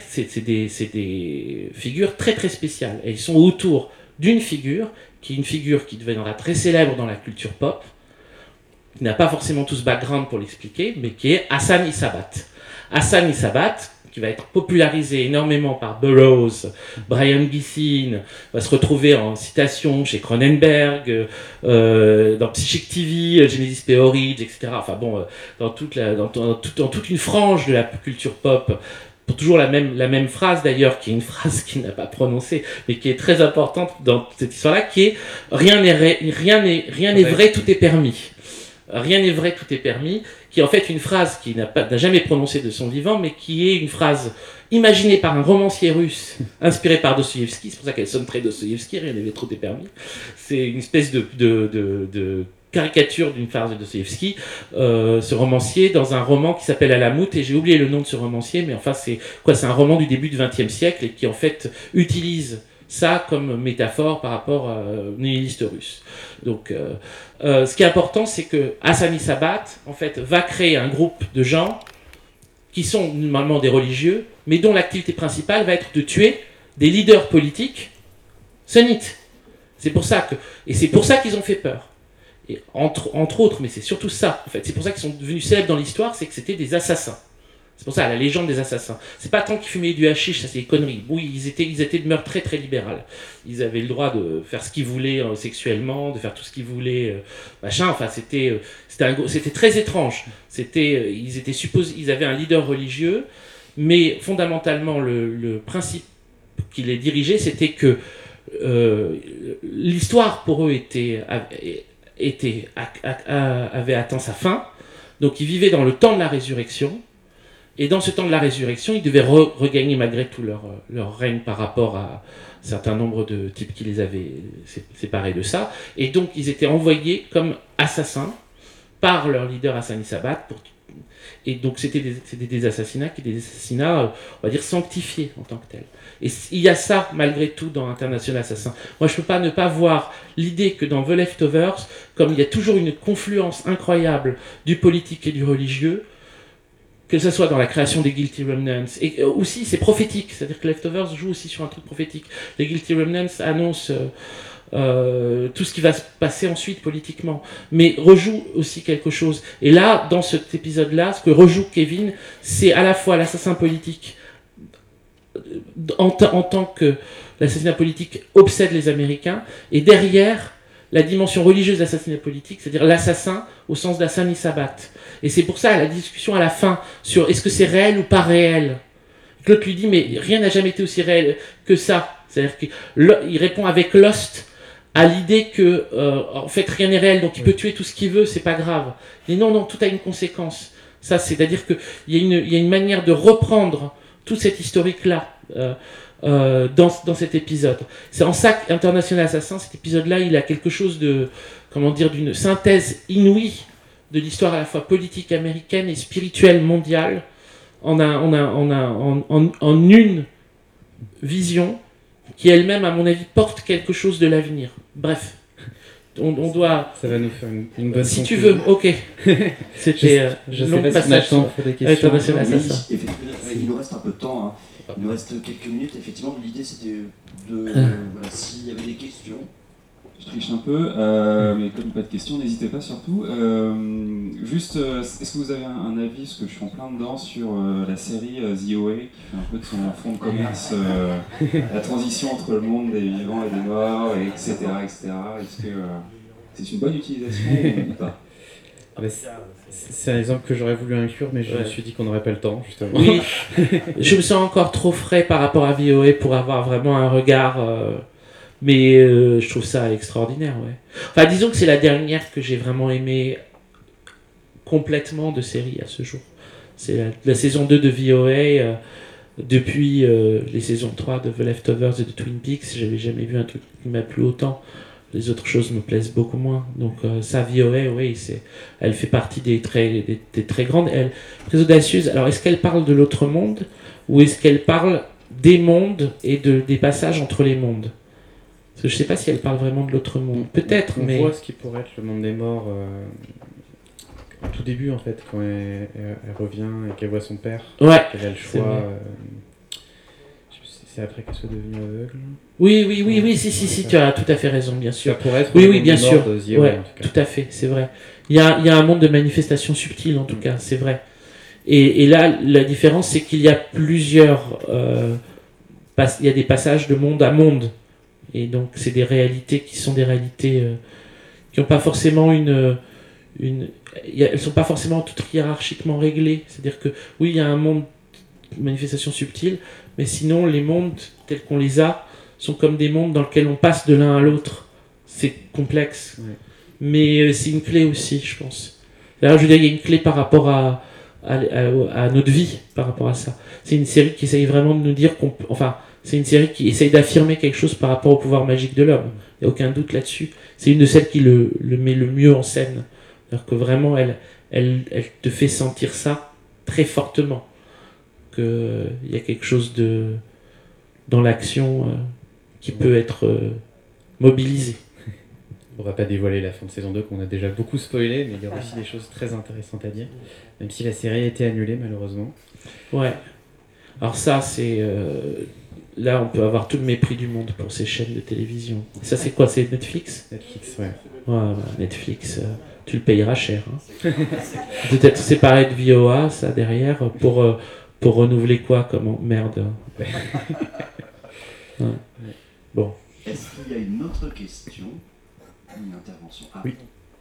Speaker 2: figures très, très spéciales. Et ils sont autour d'une figure, qui est une figure qui deviendra très célèbre dans la culture pop, qui n'a pas forcément tout ce background pour l'expliquer, mais qui est Hassan Issabat. Hassan Issabat, qui va être popularisé énormément par Burroughs, Brian Gysin, va se retrouver en citation chez Cronenberg, dans Psychic TV, Genesis P. Orridge, etc. Enfin bon, dans toute une frange de la culture pop, pour toujours la même phrase d'ailleurs, qui est une phrase qu'il n'a pas prononcée, mais qui est très importante dans cette histoire-là, qui est rien n'est vrai, tout est permis. Rien n'est vrai, tout est permis, qui est en fait une phrase qu'il n'a jamais prononcée de son vivant, mais qui est une phrase imaginée par un romancier russe inspiré par Dostoïevski. C'est pour ça qu'elle sonne très Dostoïevski, rien n'est trop est permis. C'est une espèce de caricature d'une phrase de Dostoïevski, ce romancier dans un roman qui s'appelle À la Moute, et j'ai oublié le nom de ce romancier, mais enfin c'est un roman du début du XXe siècle et qui en fait utilise ça comme métaphore par rapport à nihiliste russe. Donc ce qui est important, c'est que Hassani Sabat en fait va créer un groupe de gens qui sont normalement des religieux, mais dont l'activité principale va être de tuer des leaders politiques sunnites. C'est pour ça qu'ils ont fait peur. Et entre autres, mais c'est surtout ça, en fait. C'est pour ça qu'ils sont devenus célèbres dans l'histoire, c'est que c'était des assassins. C'est pour ça, la légende des assassins. C'est pas tant qu'ils fumaient du hashish, ça c'est des conneries. Oui, ils étaient de mœurs très très libérales. Ils avaient le droit de faire ce qu'ils voulaient sexuellement, de faire tout ce qu'ils voulaient, machin. Enfin, c'était très étrange. Ils avaient un leader religieux, mais fondamentalement, le principe qui les dirigeait, c'était que l'histoire pour eux avait atteint sa fin, donc ils vivaient dans le temps de la résurrection, et dans ce temps de la résurrection, ils devaient regagner malgré tout leur règne par rapport à un certain nombre de types qui les avaient séparés de ça, et donc ils étaient envoyés comme assassins par leur leader Hassani Sabat, et donc c'était des assassinats on va dire sanctifiés en tant que tels. Et il y a ça malgré tout dans International Assassin. Moi je peux pas ne pas voir l'idée que dans The Leftovers, comme il y a toujours une confluence incroyable du politique et du religieux, que ce soit dans la création des Guilty Remnants, et aussi c'est prophétique, c'est-à-dire que Leftovers joue aussi sur un truc prophétique. Les Guilty Remnants annoncent tout ce qui va se passer ensuite politiquement, mais rejoue aussi quelque chose. Et là, dans cet épisode-là, ce que rejoue Kevin, c'est à la fois l'assassin politique, en tant que l'assassinat politique obsède les Américains, et derrière, la dimension religieuse de l'assassinat politique, c'est-à-dire l'assassin au sens d'Hassani Sabat. Et c'est pour ça la discussion à la fin sur est-ce que c'est réel ou pas réel. Claude lui dit mais rien n'a jamais été aussi réel que ça. C'est-à-dire qu'il répond avec Lost à l'idée que en fait rien n'est réel, donc il peut tuer tout ce qu'il veut, c'est pas grave. Et non, tout a une conséquence. Ça, c'est-à-dire qu'il y a une manière de reprendre toute cette historique-là dans cet épisode. C'est en ça qu'International Assassin, cet épisode-là, il a quelque chose de, d'une synthèse inouïe de l'histoire à la fois politique américaine et spirituelle mondiale en une vision qui elle-même, à mon avis, porte quelque chose de l'avenir. Bref, on doit...
Speaker 1: Ça va nous faire une bonne
Speaker 2: si
Speaker 1: conclusion.
Speaker 2: tu veux, ok. C'était
Speaker 1: je
Speaker 2: long
Speaker 1: sais pas si on a le temps pour des questions.
Speaker 12: Il nous reste un peu de temps. Hein. Il nous reste quelques minutes. Effectivement, l'idée c'était de... voilà, s'il y avait des questions.
Speaker 13: Je triche un peu, mais comme pas de questions, n'hésitez pas surtout. Juste, est-ce que vous avez un avis, parce que je suis en plein dedans, sur la série The OA, qui fait un peu de son fond de commerce, la transition entre le monde des vivants et des morts, etc. Est-ce que c'est une bonne utilisation ou pas?
Speaker 1: C'est un exemple que j'aurais voulu inclure, mais je me suis dit qu'on n'aurait pas le temps, justement.
Speaker 2: Oui, je me sens encore trop frais par rapport à VOA pour avoir vraiment un regard... Mais je trouve ça extraordinaire, ouais. Enfin, disons que c'est la dernière que j'ai vraiment aimé complètement de série à ce jour. C'est la saison 2 de VOA, depuis les saisons 3 de The Leftovers et de Twin Peaks, j'avais jamais vu un truc qui m'a plu autant. Les autres choses me plaisent beaucoup moins. Donc ça, VOA, oui, elle fait partie des très grandes. Elle très audacieuse. Alors, est-ce qu'elle parle de l'autre monde ou est-ce qu'elle parle des mondes et des passages entre les mondes? Parce que je sais pas si elle parle vraiment de l'autre monde. Peut-être, mais...
Speaker 1: On voit ce qui pourrait être le monde des morts au tout début, en fait, quand elle revient et qu'elle voit son père.
Speaker 2: Ouais.
Speaker 1: Qu'elle a le choix. C'est après qu'elle soit devenue aveugle.
Speaker 2: Oui, si, tu as tout à fait raison, bien sûr.
Speaker 1: Ça pourrait être
Speaker 2: oui, bien sûr.
Speaker 1: Ouais,
Speaker 2: tout à fait, c'est vrai. Il y a un monde de manifestations subtiles, en tout cas, c'est vrai. Et là, la différence, c'est qu'il y a plusieurs... il y a des passages de monde à monde. Et donc, c'est des réalités qui sont des réalités qui n'ont pas forcément elles sont pas forcément toutes hiérarchiquement réglées. C'est-à-dire que, oui, il y a un monde de manifestations subtiles, mais sinon, les mondes tels qu'on les a sont comme des mondes dans lesquels on passe de l'un à l'autre. C'est complexe. Ouais. Mais c'est une clé aussi, je pense. D'ailleurs, je veux dire, il y a une clé par rapport à notre vie, par rapport à ça. C'est une série qui essaye vraiment de nous dire c'est une série qui essaye d'affirmer quelque chose par rapport au pouvoir magique de l'homme. Il n'y a aucun doute là-dessus. C'est une de celles qui le met le mieux en scène. C'est-à-dire que vraiment, elle te fait sentir ça très fortement. Qu'il y a quelque chose dans l'action qui peut être mobilisé.
Speaker 1: On va pas dévoiler la fin de saison 2 qu'on a déjà beaucoup spoilé, mais il y aura aussi des choses très intéressantes à dire, même si la série a été annulée malheureusement.
Speaker 2: Ouais. Alors ça, c'est... là, on peut avoir tout le mépris du monde pour ces chaînes de télévision. Ça, c'est quoi? C'est Netflix?
Speaker 1: Netflix, ouais.
Speaker 2: Ouais, Netflix, tu le payeras cher. Hein. Peut-être séparé de VOA, ça, derrière, pour renouveler quoi comme merde. Ouais. Bon.
Speaker 12: Est-ce qu'il y a une autre question? Une intervention. Ah.
Speaker 1: Oui.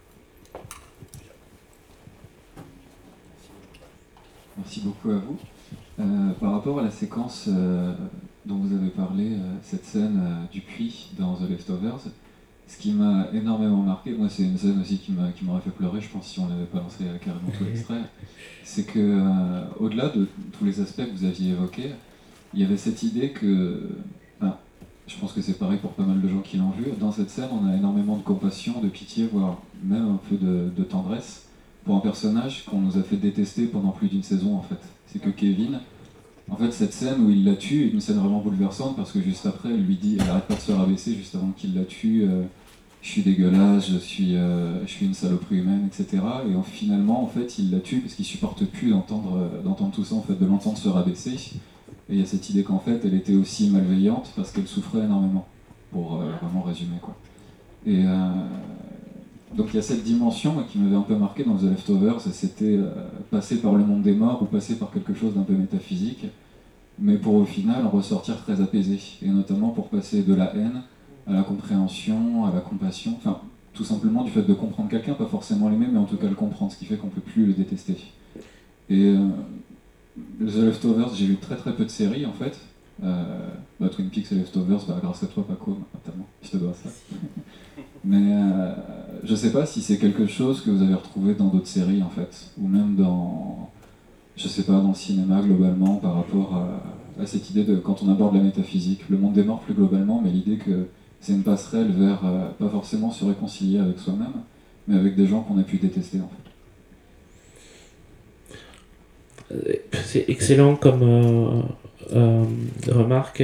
Speaker 13: Merci beaucoup à vous. Par rapport à la séquence dont vous avez parlé, cette scène du puits dans The Leftovers, ce qui m'a énormément marqué, moi c'est une scène aussi qui m'aurait fait pleurer, je pense, si on l'avait pas lancé carrément tout l'extrait, c'est que au-delà de tous les aspects que vous aviez évoqués, il y avait cette idée que, je pense que c'est pareil pour pas mal de gens qui l'ont vu, dans cette scène on a énormément de compassion, de pitié, voire même un peu de tendresse pour un personnage qu'on nous a fait détester pendant plus d'une saison en fait. C'est que Kevin, en fait cette scène où il la tue est une scène vraiment bouleversante parce que juste après elle lui dit, elle arrête pas de se rabaisser juste avant qu'il la tue, je suis dégueulasse, je suis une saloperie humaine, etc. Et finalement en fait il la tue parce qu'il supporte plus d'entendre tout ça en fait, de l'entendre se rabaisser. Et il y a cette idée qu'en fait, elle était aussi malveillante parce qu'elle souffrait énormément, pour vraiment résumer, quoi. Et donc il y a cette dimension qui m'avait un peu marqué dans The Leftovers, c'était passer par le monde des morts ou passer par quelque chose d'un peu métaphysique, mais pour au final en ressortir très apaisé, et notamment pour passer de la haine à la compréhension, à la compassion, enfin tout simplement du fait de comprendre quelqu'un, pas forcément l'aimer, mais en tout cas le comprendre, ce qui fait qu'on peut plus le détester. Et The Leftovers, j'ai vu très très peu de séries en fait. Twin Peaks et Leftovers, grâce à toi Paco, notamment, je te dois ça. Mais je sais pas si c'est quelque chose que vous avez retrouvé dans d'autres séries en fait, ou même dans, je sais pas, dans le cinéma globalement, par rapport à cette idée de quand on aborde la métaphysique, le monde des morts plus globalement, mais l'idée que c'est une passerelle vers pas forcément se réconcilier avec soi-même, mais avec des gens qu'on a pu détester en fait.
Speaker 2: C'est excellent comme remarque.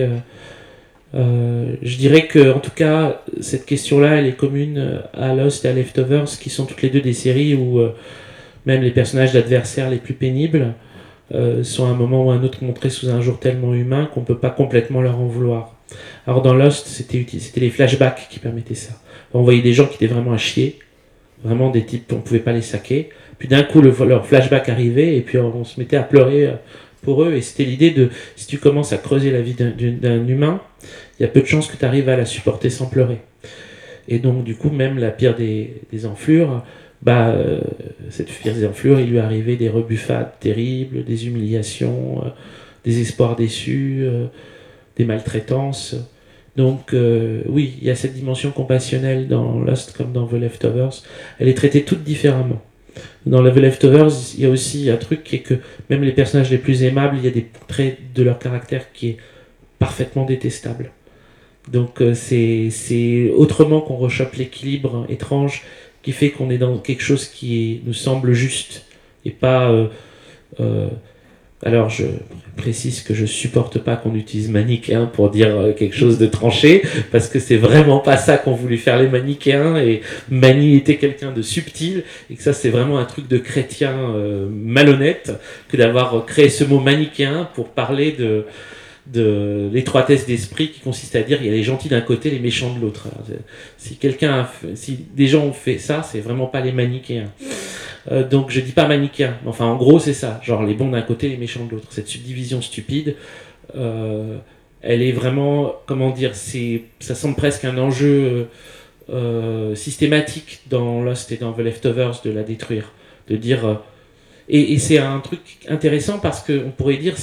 Speaker 2: Je dirais que, en tout cas, cette question-là, elle est commune à Lost et à Leftovers, qui sont toutes les deux des séries où même les personnages d'adversaires les plus pénibles sont à un moment ou à un autre montrés sous un jour tellement humain qu'on ne peut pas complètement leur en vouloir. Alors dans Lost, c'était les flashbacks qui permettaient ça. On voyait des gens qui étaient vraiment à chier, vraiment des types, on ne pouvait pas les saquer. Puis d'un coup, leur flashback arrivait et puis on se mettait à pleurer pour eux. Et c'était l'idée de, si tu commences à creuser la vie d'un humain, il y a peu de chances que tu arrives à la supporter sans pleurer. Et donc du coup, même la pire des enflures, cette pire des enflures, il lui arrivait des rebuffades terribles, des humiliations, des espoirs déçus, des maltraitances. Donc oui, il y a cette dimension compassionnelle dans Lost comme dans The Leftovers. Elle est traitée toute différemment. Dans The Leftovers, il y a aussi un truc qui est que même les personnages les plus aimables, il y a des traits de leur caractère qui est parfaitement détestable. Donc c'est autrement qu'on rechoppe l'équilibre étrange qui fait qu'on est dans quelque chose qui nous semble juste et pas... Alors je précise que je supporte pas qu'on utilise manichéen pour dire quelque chose de tranché, parce que c'est vraiment pas ça qu'ont voulu faire les manichéens, et Mani était quelqu'un de subtil, et que ça c'est vraiment un truc de chrétien malhonnête, que d'avoir créé ce mot manichéen pour parler de l'étroitesse d'esprit qui consiste à dire il y a les gentils d'un côté, les méchants de l'autre. Alors, si des gens ont fait ça, c'est vraiment pas les manichéens. Donc je dis pas manichéen, enfin en gros c'est ça, genre les bons d'un côté, les méchants de l'autre. Cette subdivision stupide, elle est vraiment, comment dire, ça semble presque un enjeu systématique dans Lost et dans The Leftovers de la détruire, de dire et c'est un truc intéressant parce que on pourrait dire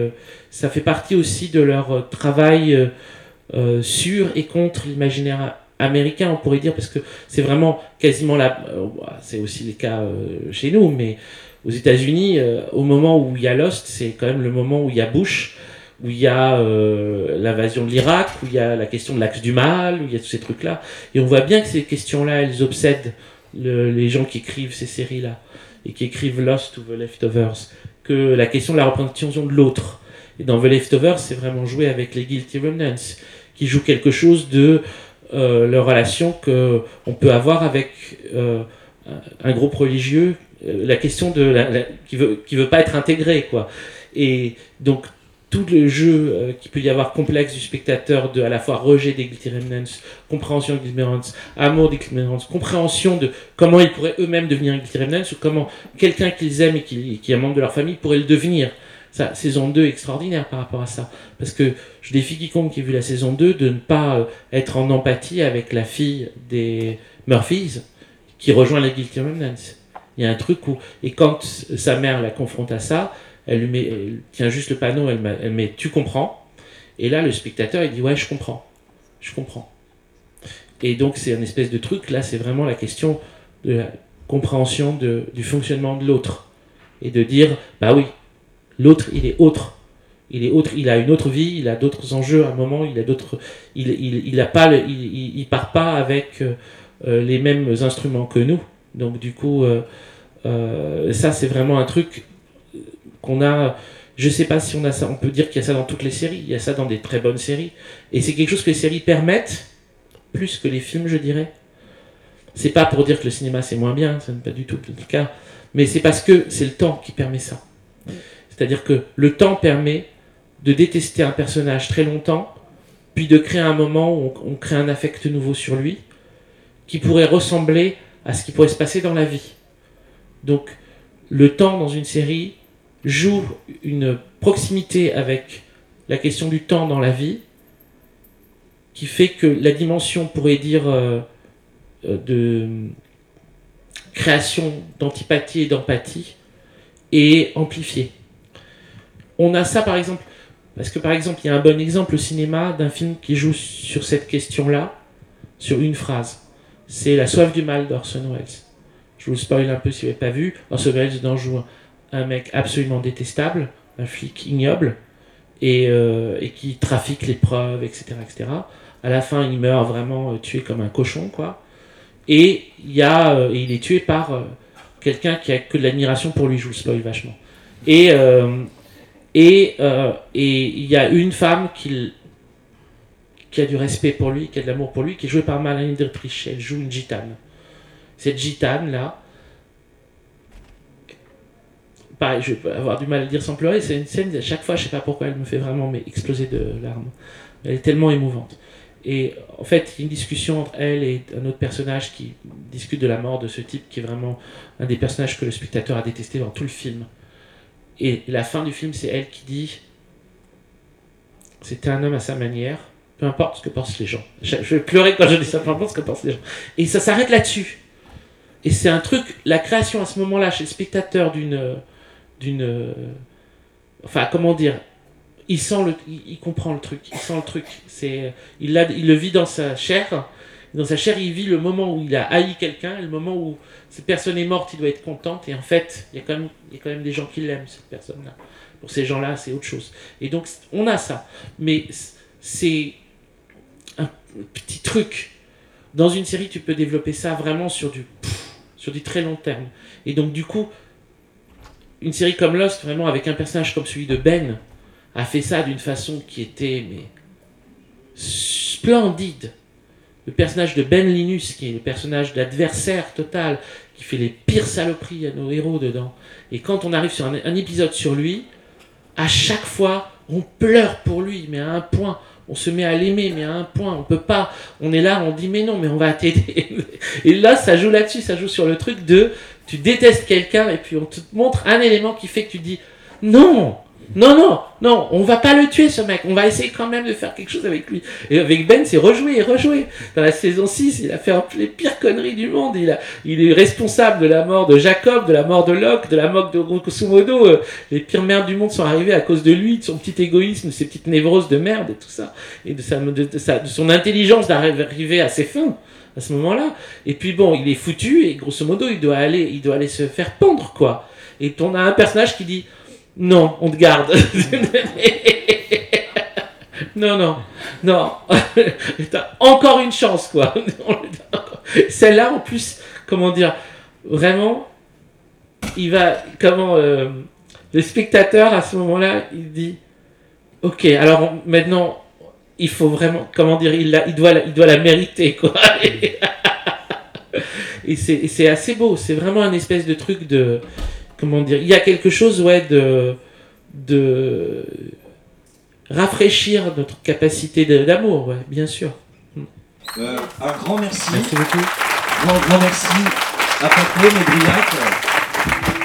Speaker 2: ça fait partie aussi de leur travail sur et contre l'imaginaire américain, on pourrait dire, parce que c'est vraiment quasiment c'est aussi le cas chez nous, mais aux États-Unis, au moment où il y a Lost, c'est quand même le moment où il y a Bush, où il y a l'invasion de l'Irak, où il y a la question de l'axe du mal, où il y a tous ces trucs-là. Et on voit bien que ces questions-là, elles obsèdent les gens qui écrivent ces séries-là, et qui écrivent Lost ou The Leftovers, que la question de la représentation de l'autre. Et dans The Leftovers, c'est vraiment joué avec les Guilty Remnants, qui jouent quelque chose de leur relation qu'on peut avoir avec un groupe religieux, la question de qui veut pas être intégré, quoi. Et donc tout le jeu qu'il peut y avoir complexe du spectateur, de à la fois rejet des Guilty Remnants, compréhension des Guilty Remnants, amour des Guilty Remnants, compréhension de comment ils pourraient eux-mêmes devenir Guilty Remnants, ou comment quelqu'un qu'ils aiment et qui est un membre de leur famille pourrait le devenir. Ça, saison 2 est extraordinaire par rapport à ça. Parce que je défie quiconque qui a vu la saison 2 de ne pas être en empathie avec la fille des Murphys qui rejoint les Guilty Remnants. Il y a un truc où... Et quand sa mère la confronte à ça, elle tient juste le panneau, elle met « tu comprends ?» Et là, le spectateur, il dit « ouais, je comprends. Je comprends. » Et donc, c'est un espèce de truc. Là, c'est vraiment la question de la compréhension du fonctionnement de l'autre. Et de dire « bah oui, l'autre, il est autre. Il a une autre vie, il a d'autres enjeux à un moment, il a d'autres... Il part pas avec les mêmes instruments que nous. Donc, du coup, ça, c'est vraiment un truc qu'on a... Je sais pas si on a ça, on peut dire qu'il y a ça dans toutes les séries, il y a ça dans des très bonnes séries, et c'est quelque chose que les séries permettent, plus que les films, je dirais. C'est pas pour dire que le cinéma c'est moins bien, ça n'est pas du tout le cas, mais c'est parce que c'est le temps qui permet ça. C'est-à-dire que le temps permet de détester un personnage très longtemps, puis de créer un moment où on crée un affect nouveau sur lui, qui pourrait ressembler à ce qui pourrait se passer dans la vie. Donc, le temps dans une série joue une proximité avec la question du temps dans la vie qui fait que la dimension, pourrait dire, de création d'antipathie et d'empathie est amplifiée. On a ça par exemple, parce que par exemple il y a un bon exemple au cinéma d'un film qui joue sur cette question-là, sur une phrase. C'est La soif du mal d'Orson Welles. Je vous spoil un peu si vous n'avez pas vu. Orson Welles dedans joue un mec absolument détestable, un flic ignoble, et qui trafique les preuves, etc., etc. À la fin, il meurt vraiment tué comme un cochon, quoi. Et il est tué par quelqu'un qui a que de l'admiration pour lui. Je vous spoil vachement. Et il y a une femme qui a du respect pour lui, qui a de l'amour pour lui, qui est jouée par Marlène Dietrich. Elle joue une gitane. Cette gitane-là, pareil, je vais avoir du mal à le dire sans pleurer, c'est une scène, à chaque fois, je sais pas pourquoi, elle me fait vraiment exploser de larmes. Elle est tellement émouvante. Et en fait, il y a une discussion entre elle et un autre personnage qui discute de la mort de ce type, qui est vraiment un des personnages que le spectateur a détesté dans tout le film. Et la fin du film, c'est elle qui dit « C'était un homme à sa manière, peu importe ce que pensent les gens. » Je vais pleurer quand je dis ça, peu importe ce que pensent les gens. Et ça s'arrête là-dessus. Et c'est un truc, la création à ce moment-là chez le spectateur enfin, comment dire, il comprend le truc, il sent le truc. Il le vit dans sa chair. Dans sa chair, il vit le moment où il a haï quelqu'un, et le moment où cette personne est morte, il doit être contente. Et en fait, il y a quand même des gens qui l'aiment, cette personne-là. Pour ces gens-là, c'est autre chose. Et donc, on a ça. Mais c'est un petit truc. Dans une série, tu peux développer ça vraiment sur du très long terme. Et donc, du coup, une série comme Lost, vraiment avec un personnage comme celui de Ben, a fait ça d'une façon qui était splendide. Le personnage de Ben Linus, qui est le personnage d'adversaire total, qui fait les pires saloperies à nos héros dedans. Et quand on arrive sur un épisode sur lui, à chaque fois, on pleure pour lui, mais à un point. On se met à l'aimer, mais à un point. On peut pas. On est là, on dit mais non, mais on va t'aider. Et là, ça joue là-dessus, ça joue sur le truc de tu détestes quelqu'un et puis on te montre un élément qui fait que tu dis non, non, on va pas le tuer ce mec, on va essayer quand même de faire quelque chose avec lui. Et avec Ben, c'est rejouer. Dans la saison 6, il a fait les pires conneries du monde, il est responsable de la mort de Jacob, de la mort de Locke, de la mort de Grosso-modo, les pires merdes du monde sont arrivées à cause de lui, de son petit égoïsme, de ses petites névroses de merde et tout ça, et de son intelligence d'arriver à ses fins. À ce moment-là, et puis bon, il est foutu et grosso modo, il doit aller se faire pendre, quoi. Et on a un personnage qui dit non, on te garde. non, t'as encore une chance, quoi. Celle-là, en plus, comment dire, vraiment, il va, le spectateur à ce moment-là, il dit, ok, alors maintenant. Il faut vraiment, comment dire, il doit la mériter, quoi. Et c'est assez beau. C'est vraiment un espèce de truc de, comment dire, il y a quelque chose, ouais, de rafraîchir notre capacité d'amour, ouais, bien sûr.
Speaker 12: Un grand merci.
Speaker 2: Merci beaucoup.
Speaker 12: Grand merci à Paco, Mébriac.